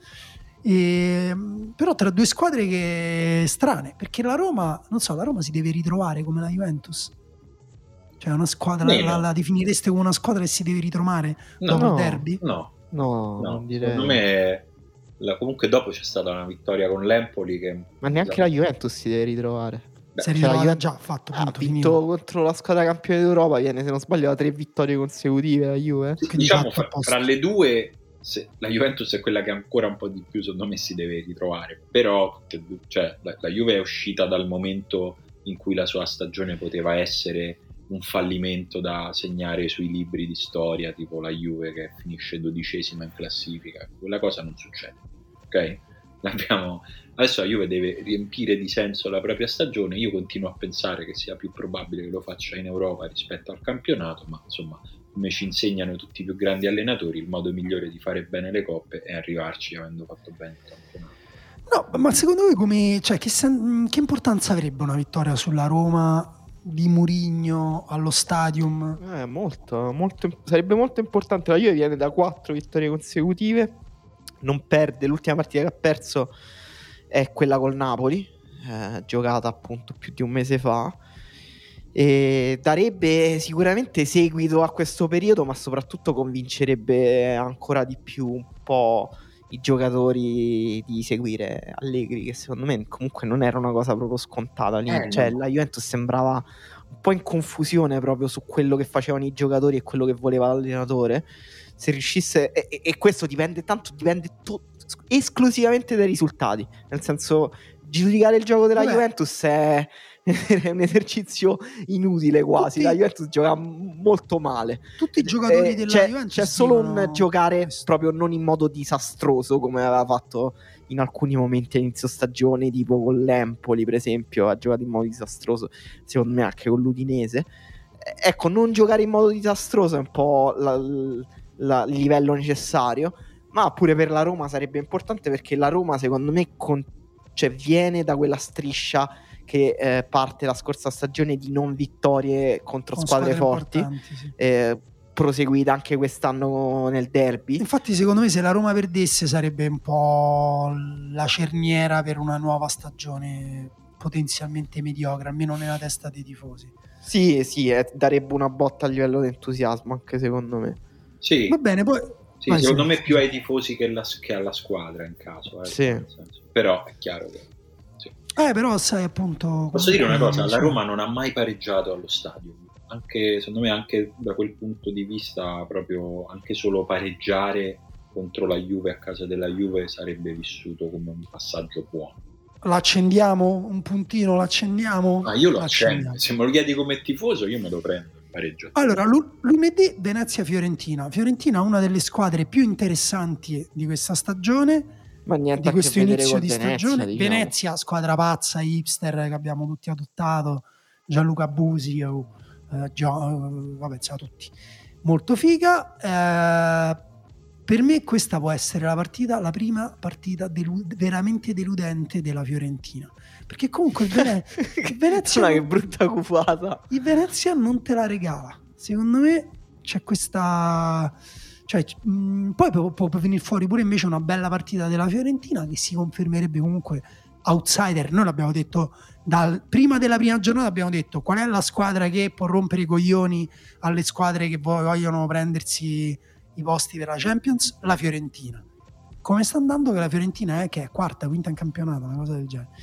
E, però tra due squadre che strane, perché la Roma, non so, la Roma si deve ritrovare come la Juventus, cioè una squadra, la, la definireste come una squadra che si deve ritrovare No, dopo no, il derby? No, No, no, non direi. secondo me la, comunque dopo c'è stata una vittoria con l'Empoli che Ma neanche la Juventus si deve ritrovare. Beh, si è cioè, la ritrovata Juve- già, fatto, Ha punto, vinto finito. contro la squadra campione d'Europa, viene se non sbaglio da tre vittorie consecutive la Juve. Sì, Quindi diciamo fatto a fra, posto. fra le due se, la Juventus è quella che ancora un po' di più secondo me si deve ritrovare, però cioè, la, la Juve è uscita dal momento in cui la sua stagione poteva essere un fallimento da segnare sui libri di storia, tipo la Juve che finisce dodicesima in classifica. Quella cosa non succede, ok? L'abbiamo... Adesso la Juve deve riempire di senso la propria stagione. Io continuo a pensare che sia più probabile che lo faccia in Europa rispetto al campionato, ma insomma, come ci insegnano tutti i più grandi allenatori, il modo migliore di fare bene le coppe è arrivarci avendo fatto bene il campionato. No, ma secondo voi come, cioè, che, sen- che importanza avrebbe una vittoria sulla Roma di Mourinho allo Stadium? Eh, molto, molto, sarebbe molto importante. La Juve viene da quattro vittorie consecutive, non perde, l'ultima partita che ha perso è quella col Napoli, eh, giocata appunto più di un mese fa, e darebbe sicuramente seguito a questo periodo, ma soprattutto convincerebbe ancora di più un po' i giocatori di seguire Allegri, che secondo me comunque non era una cosa proprio scontata lì. Eh, cioè no. la Juventus sembrava un po' in confusione proprio su quello che facevano i giocatori e quello che voleva l'allenatore. Se riuscisse, e, e- e questo dipende tanto, dipende to- esclusivamente dai risultati, nel senso, giudicare il gioco della Vabbè. Juventus è è un esercizio inutile quasi. Tutti- La Juventus gioca m- molto male. Tutti i giocatori Eh, della c'è, Juventus c'è solo dicono un giocare questo. proprio non in modo disastroso come aveva fatto in alcuni momenti a inizio stagione, tipo con l'Empoli per esempio, ha giocato in modo disastroso, secondo me anche con l'Udinese. Eh, ecco, non giocare in modo disastroso è un po' la- la- il livello necessario, ma pure per la Roma sarebbe importante, perché la Roma secondo me con- cioè, viene da quella striscia che eh, parte la scorsa stagione di non vittorie contro Con squadre, squadre forti, importanti, sì. eh, proseguita anche quest'anno nel derby. Infatti secondo me se la Roma perdesse sarebbe un po' la cerniera per una nuova stagione potenzialmente mediocre, almeno nella testa dei tifosi. Sì, sì, eh, darebbe una botta a livello di entusiasmo anche secondo me. Sì, Va bene, poi sì, vai, secondo sì, me sì. più ai tifosi che, la- che alla squadra in caso, eh, Sì. nel senso. Però è chiaro che sì. Eh, però sai appunto. Posso dire una cosa, la insomma, Roma non ha mai pareggiato allo stadio, anche secondo me anche da quel punto di vista proprio anche solo pareggiare contro la Juve a casa della Juve sarebbe vissuto come un passaggio buono. L'accendiamo un puntino, l'accendiamo. Ma io lo L'accendiamo. accendo, se me lo chiedi come tifoso io me lo prendo il pareggio. Allora, lu- lunedì Venezia-Fiorentina. Fiorentina, una delle squadre più interessanti di questa stagione, Ma niente di a che questo vedere inizio con di Venezia, stagione. diciamo. Venezia, squadra pazza, hipster che abbiamo tutti adottato, Gianluca Busi, oh, eh, Gio- eh, vabbè, insomma, tutti molto figa. Eh, per me questa può essere la partita, la prima partita delu- veramente deludente della Fiorentina, perché comunque il, Vene- il Venezia che brutta cufata. il Venezia non te la regala, secondo me c'è questa, cioè, mh, poi può, può venire fuori pure invece una bella partita della Fiorentina che si confermerebbe comunque outsider. Noi l'abbiamo detto dal, prima della prima giornata, abbiamo detto qual è la squadra che può rompere i coglioni alle squadre che vogliono prendersi i posti per la Champions, la Fiorentina. Come sta andando che la Fiorentina è che è quarta, quinta in campionato, una cosa del genere.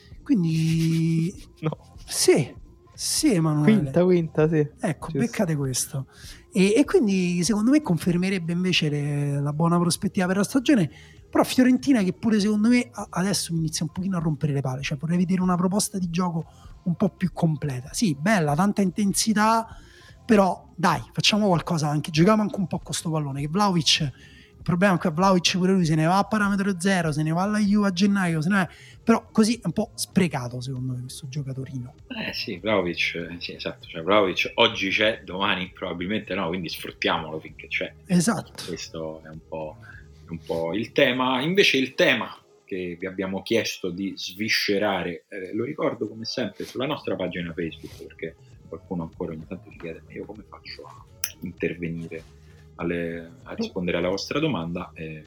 Quindi no. Sì, sì, Emanuele. Quinta, quinta, sì. Ecco, Giusto. beccate questo. E, e quindi secondo me confermerebbe invece le, la buona prospettiva per la stagione. Però Fiorentina che pure secondo me adesso mi inizia un pochino a rompere le palle, cioè vorrei vedere una proposta di gioco un po' più completa. Sì, bella, tanta intensità, però dai, facciamo qualcosa anche, giochiamo anche un po' con sto pallone, che Vlahovic, il problema è che Vlahovic pure lui se ne va a parametro zero, se ne va alla Juve a gennaio, se ne va, però così è un po' sprecato secondo me questo giocatorino. Eh sì, Vlahovic, sì, esatto, cioè Vlahovic oggi c'è, domani probabilmente no, quindi sfruttiamolo finché c'è. Esatto. Questo è un po', un po' il tema. Invece il tema che vi abbiamo chiesto di sviscerare, eh, lo ricordo come sempre sulla nostra pagina Facebook, perché qualcuno ancora ogni tanto ci chiede ma io come faccio a intervenire alle, a rispondere alla vostra domanda, eh,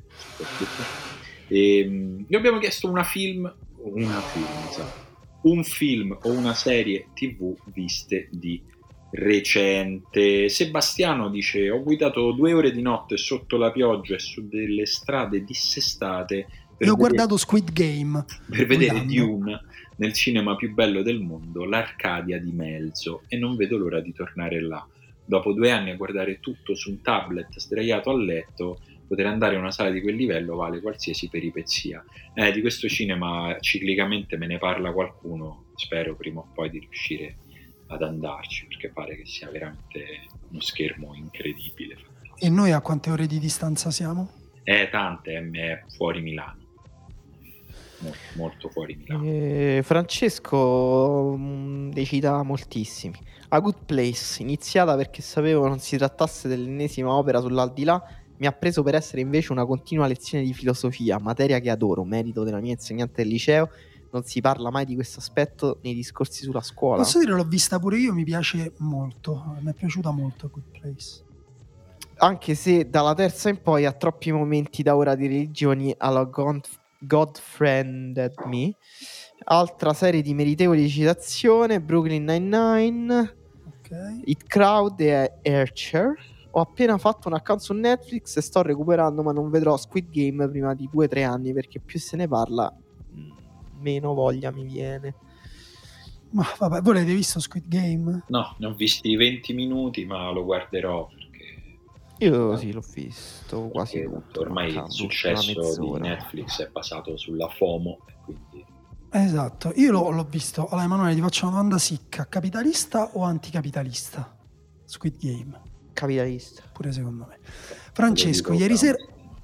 e, mh, vi abbiamo chiesto una film una film esatto, un film o una serie tv viste di recente. Sebastiano dice: ho guidato due ore di notte sotto la pioggia e su delle strade dissestate per io ho vedere, guardato Squid Game per vedere guidando. Dune nel cinema più bello del mondo, l'Arcadia di Melzo, e non vedo l'ora di tornare là. Dopo due anni a guardare tutto su un tablet sdraiato a letto, poter andare a una sala di quel livello vale qualsiasi peripezia. Eh, di questo cinema ciclicamente me ne parla qualcuno, spero prima o poi di riuscire ad andarci, perché pare che sia veramente uno schermo incredibile. E noi a quante ore di distanza siamo? Eh, tante, è fuori Milano. Molto, molto fuori Milano. Eh, Francesco mh, ne cita moltissimi. A Good Place, iniziata perché sapevo non si trattasse dell'ennesima opera sull'aldilà, mi ha preso per essere invece una continua lezione di filosofia, materia che adoro, merito della mia insegnante del liceo. Non si parla mai di questo aspetto nei discorsi sulla scuola. Posso dire, l'ho vista pure io, mi piace molto, mi è piaciuta molto Good Place. Anche se dalla terza in poi ha troppi momenti da ora di religioni alla God, God Friended Me. Altra serie di meritevoli citazione, Brooklyn Nine-Nine, okay. It Crowd e Archer. Ho appena fatto un account su Netflix e sto recuperando, ma non vedrò Squid Game prima di due o tre anni, perché più se ne parla meno voglia mi viene. Ma vabbè, voi l'avete visto Squid Game? No, ne ho visti venti minuti, ma lo guarderò perché io sì, l'ho visto quasi perché tutto. ormai il successo di Netflix è basato sulla FOMO, e quindi esatto, io l'ho, l'ho visto. Allora Emanuele, ti faccio una domanda sicca: capitalista o anticapitalista? Squid Game. Capitalista. Pure secondo me. Francesco, ieri sera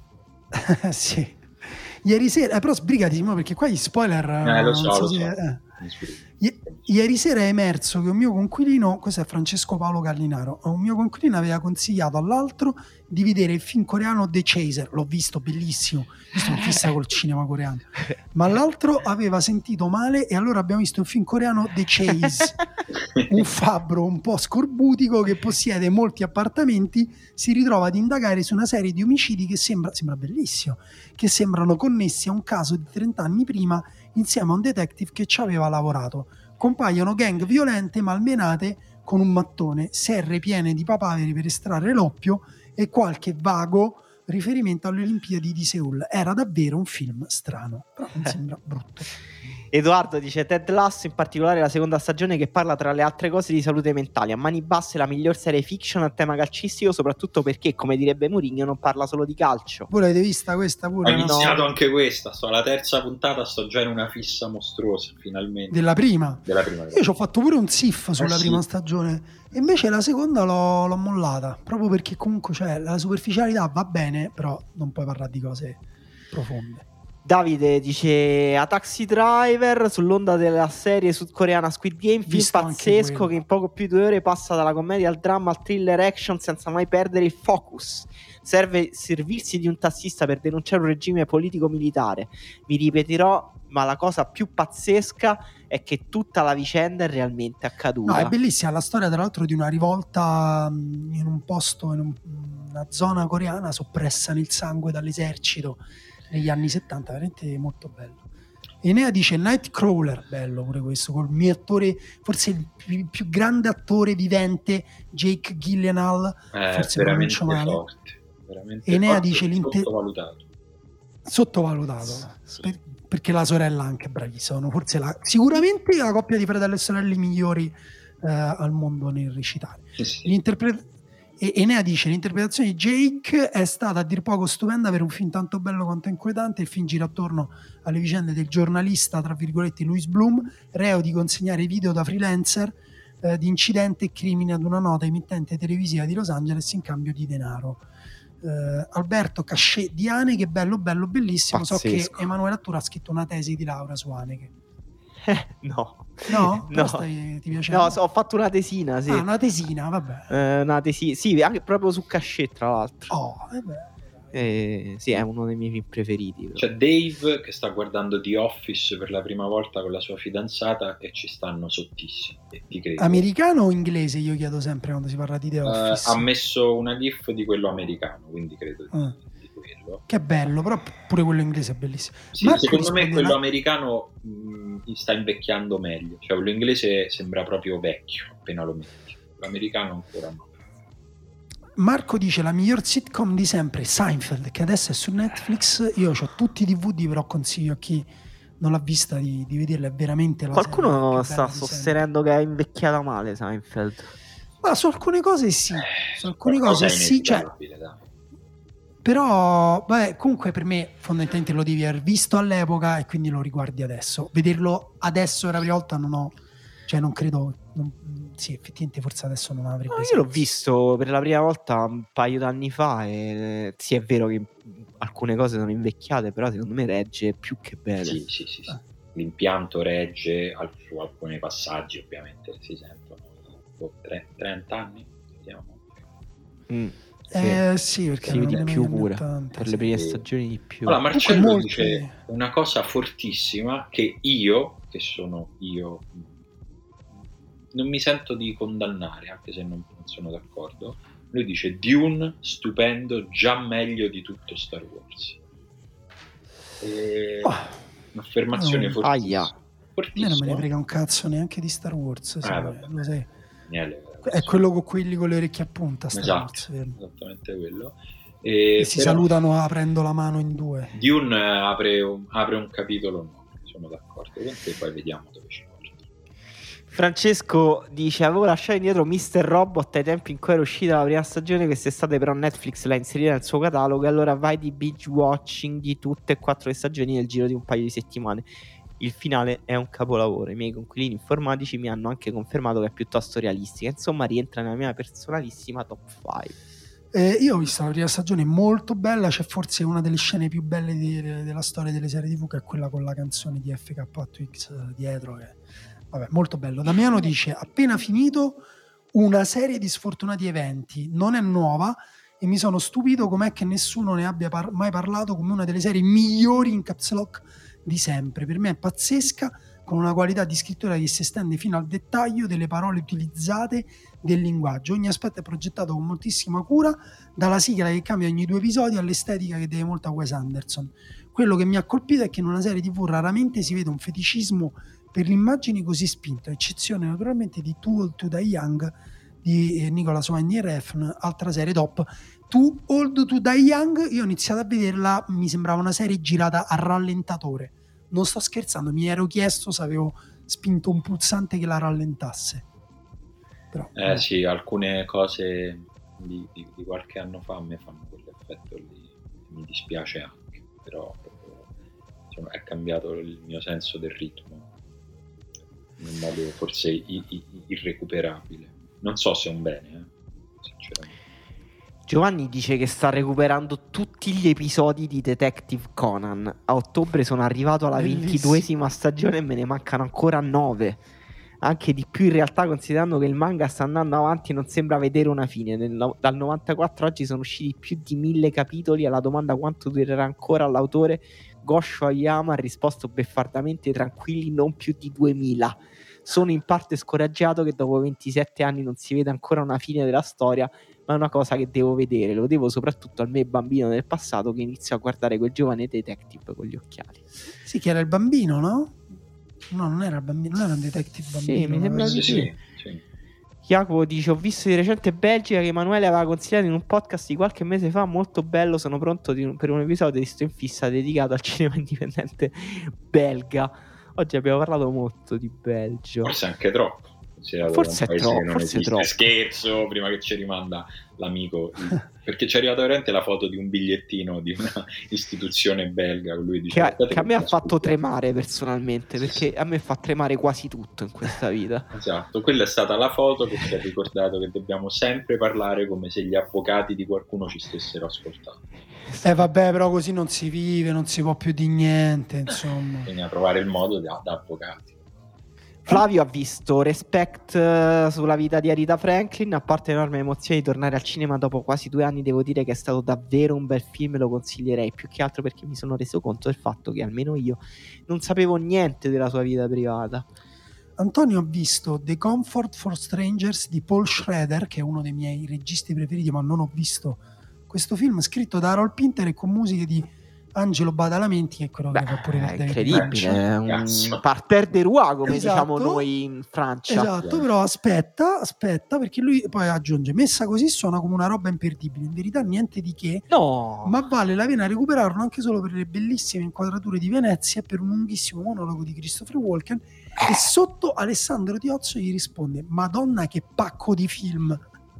sì. Ieri sera, eh, però sbrigati perché qua gli spoiler eh, lo so, non so lo se, so. eh. I- ieri sera è emerso che un mio coinquilino, questo è Francesco Paolo Gallinaro, un mio coinquilino aveva consigliato all'altro di vedere il film coreano The Chaser. L'ho visto, bellissimo, visto in fissa col cinema coreano, ma l'altro aveva sentito male e allora abbiamo visto il film coreano The Chase. Un fabbro un po' scorbutico che possiede molti appartamenti si ritrova ad indagare su una serie di omicidi che sembra, sembra bellissimo, che sembrano connessi a un caso di trenta anni prima insieme a un detective che ci aveva lavorato. Compaiono gang violente malmenate con un mattone, serre piene di papaveri per estrarre l'oppio e qualche vago riferimento alle Olimpiadi di Seoul. Era davvero un film strano, però non sembra brutto. Edoardo dice Ted Lasso, in particolare la seconda stagione, che parla tra le altre cose di salute mentale. A mani basse la miglior serie fiction a tema calcistico, soprattutto perché, come direbbe Mourinho, non parla solo di calcio. Voi l'avete vista questa pure? Ho iniziato no? anche questa, sto alla terza puntata, sto già in una fissa mostruosa finalmente. Della prima? Della prima. Io ci ho fatto pure un S I F sulla eh, prima sì. stagione e invece la seconda l'ho, l'ho mollata, proprio perché comunque cioè, la superficialità va bene, però non puoi parlare di cose profonde. Davide dice A Taxi Driver, sull'onda della serie sudcoreana Squid Game, film Visto anche pazzesco quello. che in poco più di due ore passa dalla commedia al dramma al thriller action senza mai perdere il focus. serve servirsi di un tassista per denunciare un regime politico-militare. Vi ripeterò, ma la cosa più pazzesca è che tutta la vicenda è realmente accaduta. No, è bellissima la storia, tra l'altro, di una rivolta in un posto, in un, una zona coreana soppressa nel sangue dall'esercito negli anni settanta, veramente molto bello. Enea dice Nightcrawler, bello pure questo, col mio attore, forse il più, il più grande attore vivente, Jake Gyllenhaal, eh, forse veramente forte, veramente Enea forte, dice l'inter... sottovalutato, sottovalutato per, perché la sorella anche bravissima, forse la, sicuramente la coppia di fratelli e sorelle migliori eh, al mondo nel recitare. sì, sì. L'interpre... E Enea dice l'interpretazione di Jake è stata a dir poco stupenda per un film tanto bello quanto inquietante. Il film gira attorno alle vicende del giornalista, tra virgolette, Louis Bloom, reo di consegnare video da freelancer eh, di incidenti e crimini ad una nota emittente televisiva di Los Angeles in cambio di denaro. eh, Alberto Cachet di Haneke, bello bello bellissimo. Pazzesco. So che Emanuele Attura ha scritto una tesi di laurea su Haneke. Eh, no. No? No. Stai, ti piace? No, so, ho fatto una tesina, sì. Ah, una tesina, vabbè. Eh, una tesina, sì, anche proprio su Cachet, tra l'altro. Oh, vabbè. Eh, sì, è uno dei miei film preferiti. Però. C'è Dave che sta guardando The Office per la prima volta con la sua fidanzata e ci stanno sottissimi, e ti credo. Americano o inglese? Io chiedo sempre quando si parla di The Office. Uh, ha messo una gif di quello americano, quindi credo di, Ah. di quello. Che bello, però pure quello inglese è bellissimo. Sì, Marco secondo me risponde quello una- americano mh, sta invecchiando meglio, cioè quello inglese sembra proprio vecchio appena lo metti, l'americano ancora no. Marco dice la miglior sitcom di sempre, Seinfeld, che adesso è su Netflix. Io ho tutti i D V D, però consiglio a chi non l'ha vista di, di vederla, è veramente la serie Qualcuno più sta bella di sempre. sostenendo che è invecchiata male Seinfeld. Ma su alcune cose sì, su alcune Qualcosa cose è sì, cioè, inevitabile, dai. però vabbè, comunque per me fondamentalmente lo devi aver visto all'epoca e quindi lo riguardi adesso. Vederlo adesso per la prima volta non ho, cioè non credo, non- sì, effettivamente forse adesso non avrebbe No, io senso. l'ho visto per la prima volta un paio d'anni fa e sì, è vero che alcune cose sono invecchiate, però secondo me regge più che bene. Sì, sì, sì, sì. L'impianto regge al- su alcuni passaggi, ovviamente si sentono dopo tre- trenta anni, vediamo. Mm, sì. Eh sì, perché Sì, erano di nemmeno più gli anni pure ottanta, per sì. le prime Sì. stagioni di più. Allora, Marcello molti- dice una cosa fortissima che io, che sono io, non mi sento di condannare, anche se non, non sono d'accordo. Lui dice Dune, stupendo, già meglio di tutto Star Wars. E... Oh, un'affermazione no. fortissima. Aia. a me Fortissima. non me ne frega un cazzo neanche di Star Wars, Ah, sai, vabbè. lo sai. Daniele, È quello con quelli con le orecchie a punta, Star esatto, Wars, vero? esattamente quello. E E si però salutano aprendo la mano in due. Dune eh, apre un, apre un capitolo nuovo, sono d'accordo con te, poi vediamo dove ci porta. Francesco dice: avevo lasciato indietro mister Robot ai tempi in cui era uscita la prima stagione, quest'estate però Netflix l'ha inserita nel suo catalogo e allora vai di binge watching di tutte e quattro le stagioni nel giro di un paio di settimane. Il finale è un capolavoro. I miei coinquilini informatici mi hanno anche confermato che è piuttosto realistica. Insomma, rientra nella mia personalissima top cinque. Eh, io ho visto la prima stagione, molto bella. C'è forse una delle scene più belle di- della storia delle serie tivù, che è quella con la canzone di F K otto X dietro, che vabbè, molto bello. Damiano dice appena finito una serie di sfortunati eventi, non è nuova e mi sono stupito com'è che nessuno ne abbia par- mai parlato come una delle serie migliori in caps lock di sempre. Per me è pazzesca, con una qualità di scrittura che si estende fino al dettaglio delle parole utilizzate, del linguaggio. Ogni aspetto è progettato con moltissima cura, dalla sigla che cambia ogni due episodi all'estetica che deve molto a Wes Anderson. Quello che mi ha colpito è che in una serie tivù raramente si vede un feticismo per l'immagine così spinto, a eccezione naturalmente di Too Old to Die Young di eh, Nicholas Winding Refn, altra serie top. Too Old to Die Young, io ho iniziato a vederla, mi sembrava una serie girata a rallentatore, non sto scherzando, mi ero chiesto se avevo spinto un pulsante che la rallentasse. Però, Eh no. sì, alcune cose di, di- di qualche anno fa a me fanno quell'effetto lì, mi dispiace anche, però proprio, insomma, è cambiato il mio senso del ritmo in un modo forse i- i- irrecuperabile. Non so se è un bene, eh, sinceramente. Giovanni dice che sta recuperando tutti gli episodi di Detective Conan. A ottobre sono arrivato alla Bellissimo. ventiduesima stagione e me ne mancano ancora nove. anche di più in realtà, considerando che il manga sta andando avanti e non sembra vedere una fine. Nel, dal novantaquattro oggi sono usciti più di mille capitoli. Alla domanda quanto durerà ancora l'autore, Gosho Aoyama ha risposto beffardamente: tranquilli, non più di duemila. Sono in parte scoraggiato che dopo ventisette anni non si veda ancora una fine della storia, ma è una cosa che devo vedere. Lo devo soprattutto al me bambino del passato che iniziò a guardare quel giovane detective con gli occhiali. Sì, che era il bambino, no? No, non era il bambino, non era un detective bambino. Sì, mi sembra di sì, sì. sì. Jacopo dice: ho visto di recente Belgica che Emanuele aveva consigliato in un podcast di qualche mese fa, molto bello, sono pronto di un, per un episodio di Sto in Fissa dedicato al cinema indipendente belga. Oggi abbiamo parlato molto di Belgio. Forse anche troppo. Forse è troppo, forse è troppo. Scherzo, prima che ci rimanda l'amico, perché ci è arrivata veramente la foto di un bigliettino di una istituzione belga. Lui dice, che, a, che a me ha fatto tremare personalmente, perché a me fa tremare quasi tutto in questa vita. Esatto, quella è stata la foto che ci ha ricordato che dobbiamo sempre parlare come se gli avvocati di qualcuno ci stessero ascoltando. Eh vabbè, però così non si vive, non si può più di niente, insomma. Bisogna trovare il modo da, da avvocati. Flavio ha visto Respect uh, sulla vita di Aretha Franklin. A parte l'enorme emozione di tornare al cinema dopo quasi due anni, devo dire che è stato davvero un bel film, lo consiglierei, più che altro perché mi sono reso conto del fatto che almeno io non sapevo niente della sua vita privata. Antonio ha visto The Comfort for Strangers di Paul Schrader, che è uno dei miei registi preferiti, ma non ho visto questo film, scritto da Harold Pinter e con musiche di Angelo Badalamenti, che è quello Beh, che fa pure è incredibile, è un Cazzo. parterre de roi, come Esatto. diciamo noi in Francia. Esatto, però aspetta, aspetta, perché lui poi aggiunge: messa così suona come una roba imperdibile, in verità niente di che, No, ma vale la pena recuperarlo anche solo per le bellissime inquadrature di Venezia e per un lunghissimo monologo di Christopher Walken. E sotto Alessandro Diozzo gli risponde: Madonna che pacco di film.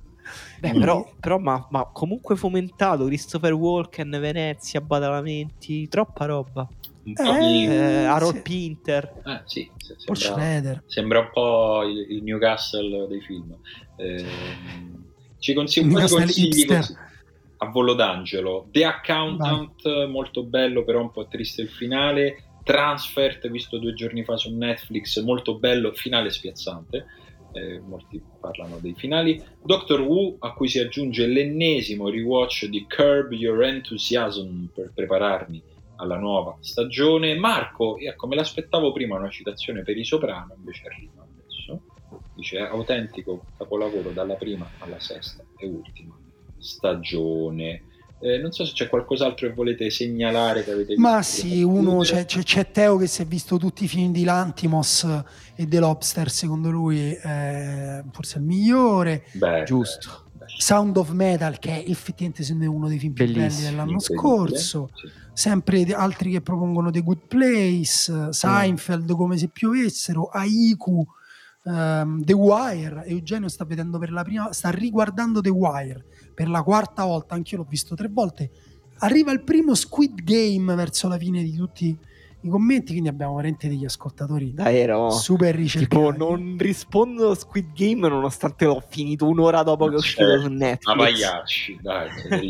Beh, però, però ma, ma comunque fomentato Christopher Walken, Venezia, Badalamenti, troppa roba. Un po' di... eh, Harold sì. Pinter, eh, sì, Paul sembra, Schrader. sembra un po' il, il Newcastle dei film. Eh, ci consigli, un po' di Newcastle consigli hipster. così, a volo d'angelo. The Accountant, Vai. molto bello, però un po' triste il finale. Transfert, visto due giorni fa su Netflix, molto bello, finale spiazzante. Eh, molti parlano dei finali. Doctor Who, a cui si aggiunge l'ennesimo rewatch di Curb Your Enthusiasm per prepararmi alla nuova stagione. Marco, ecco, me l'aspettavo prima una citazione per I Soprano, invece arriva adesso. Dice: autentico capolavoro dalla prima alla sesta e ultima stagione. Eh, non so se c'è qualcos'altro che volete segnalare che avete visto. Ma sì, uno c'è, c'è, c'è Teo che si è visto tutti i film di Lantimos e The Lobster, secondo lui è forse il migliore. Beh, giusto. beh, beh. Sound of Metal, che è effettivamente secondo me uno dei film più Bellissimo, belli dell'anno incredibile, scorso. sì. Sempre de- altri che propongono The Good Place, Seinfeld, Come se piovessero, Haiku, um, The Wire. Eugenio sta vedendo per la prima, sta riguardando The Wire per la quarta volta, anch'io l'ho visto tre volte. Arriva il primo Squid Game verso la fine di tutti i commenti, quindi abbiamo veramente degli ascoltatori davvero super ricercati. Tipo, non rispondo a Squid Game nonostante l'ho finito un'ora dopo che è uscito su Netflix. Ma pagliacci, dai,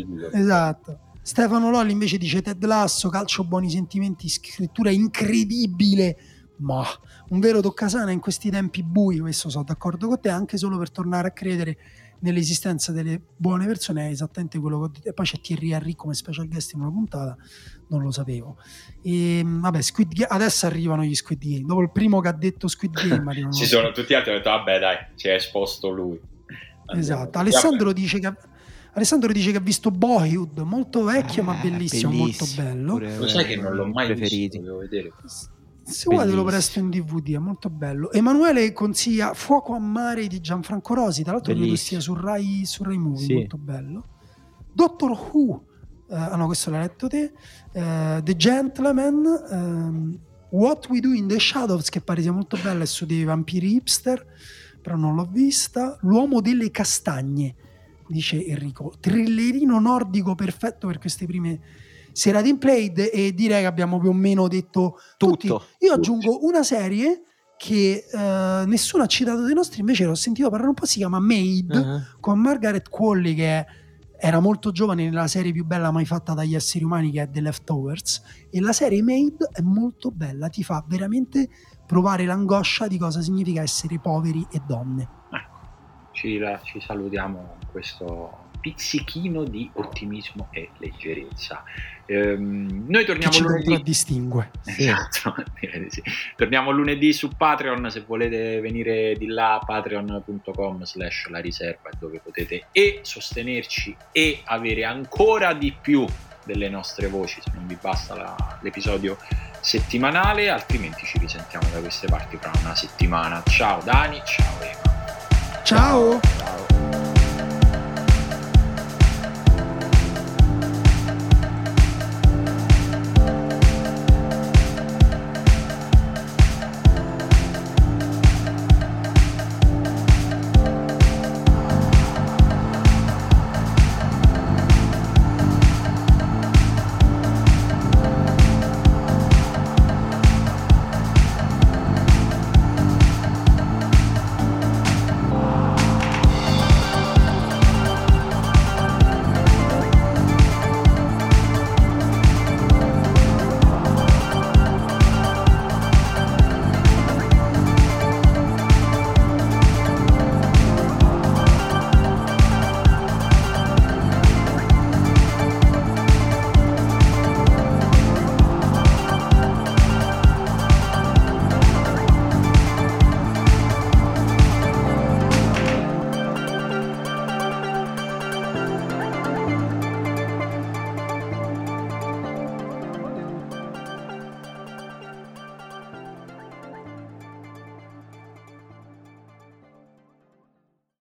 Esatto. Stefano Lolli invece dice Ted Lasso, calcio, buoni sentimenti, scrittura incredibile, ma un vero toccasana in questi tempi bui. Questo sono d'accordo con te, anche solo per tornare a credere nell'esistenza delle buone persone, è esattamente quello che ho detto. E poi c'è Thierry Henry come special guest in una puntata, non lo sapevo. E vabbè, Squid Game, adesso arrivano gli Squid Game, dopo il primo che ha detto Squid Game arrivano ci sono tutti altri, hanno detto vabbè dai, ci ha esposto lui. Esatto. Alessandro dice che Alessandro dice che ha visto Boyhood, molto vecchio eh, ma bellissimo, bellissimo, molto bello. Pure, lo sai che non l'ho mai preferiti. visto, devo vedere. Se vuoi te lo presto in D V D, è molto bello. Emanuele consiglia Fuoco a mare di Gianfranco Rosi, tra l'altro credo sia su Rai, su Rai Movie, sì. Molto bello. Doctor Who, uh, ah no, questo l'hai letto te, uh, The Gentleman, um, What We Do in the Shadows, che pare sia molto bella, è su dei vampiri hipster, però non l'ho vista. L'uomo delle castagne, dice Enrico, thrillerino nordico perfetto per queste prime serate in Played, e direi che abbiamo più o meno detto tutti. Tutto. Io aggiungo una serie che uh, nessuno ha citato dei nostri, invece l'ho sentito parlare un po', si chiama Maid, uh-huh. con Margaret Qualley, che è, era molto giovane nella serie più bella mai fatta dagli esseri umani, che è The Leftovers, e la serie Made è molto bella, ti fa veramente provare l'angoscia di cosa significa essere poveri e donne. Ecco, ci, la, ci salutiamo con questo pizzichino di ottimismo e leggerezza. Ehm, noi torniamo che ci lunedì. contraddistingue. Esatto, direi di sì. Torniamo lunedì su Patreon, se volete venire di là, patreon punto com slash la riserva, dove potete e sostenerci e avere ancora di più delle nostre voci, se non vi basta la, l'episodio settimanale, altrimenti ci risentiamo da queste parti fra una settimana. Ciao Dani, ciao Ema. Ciao. Ciao.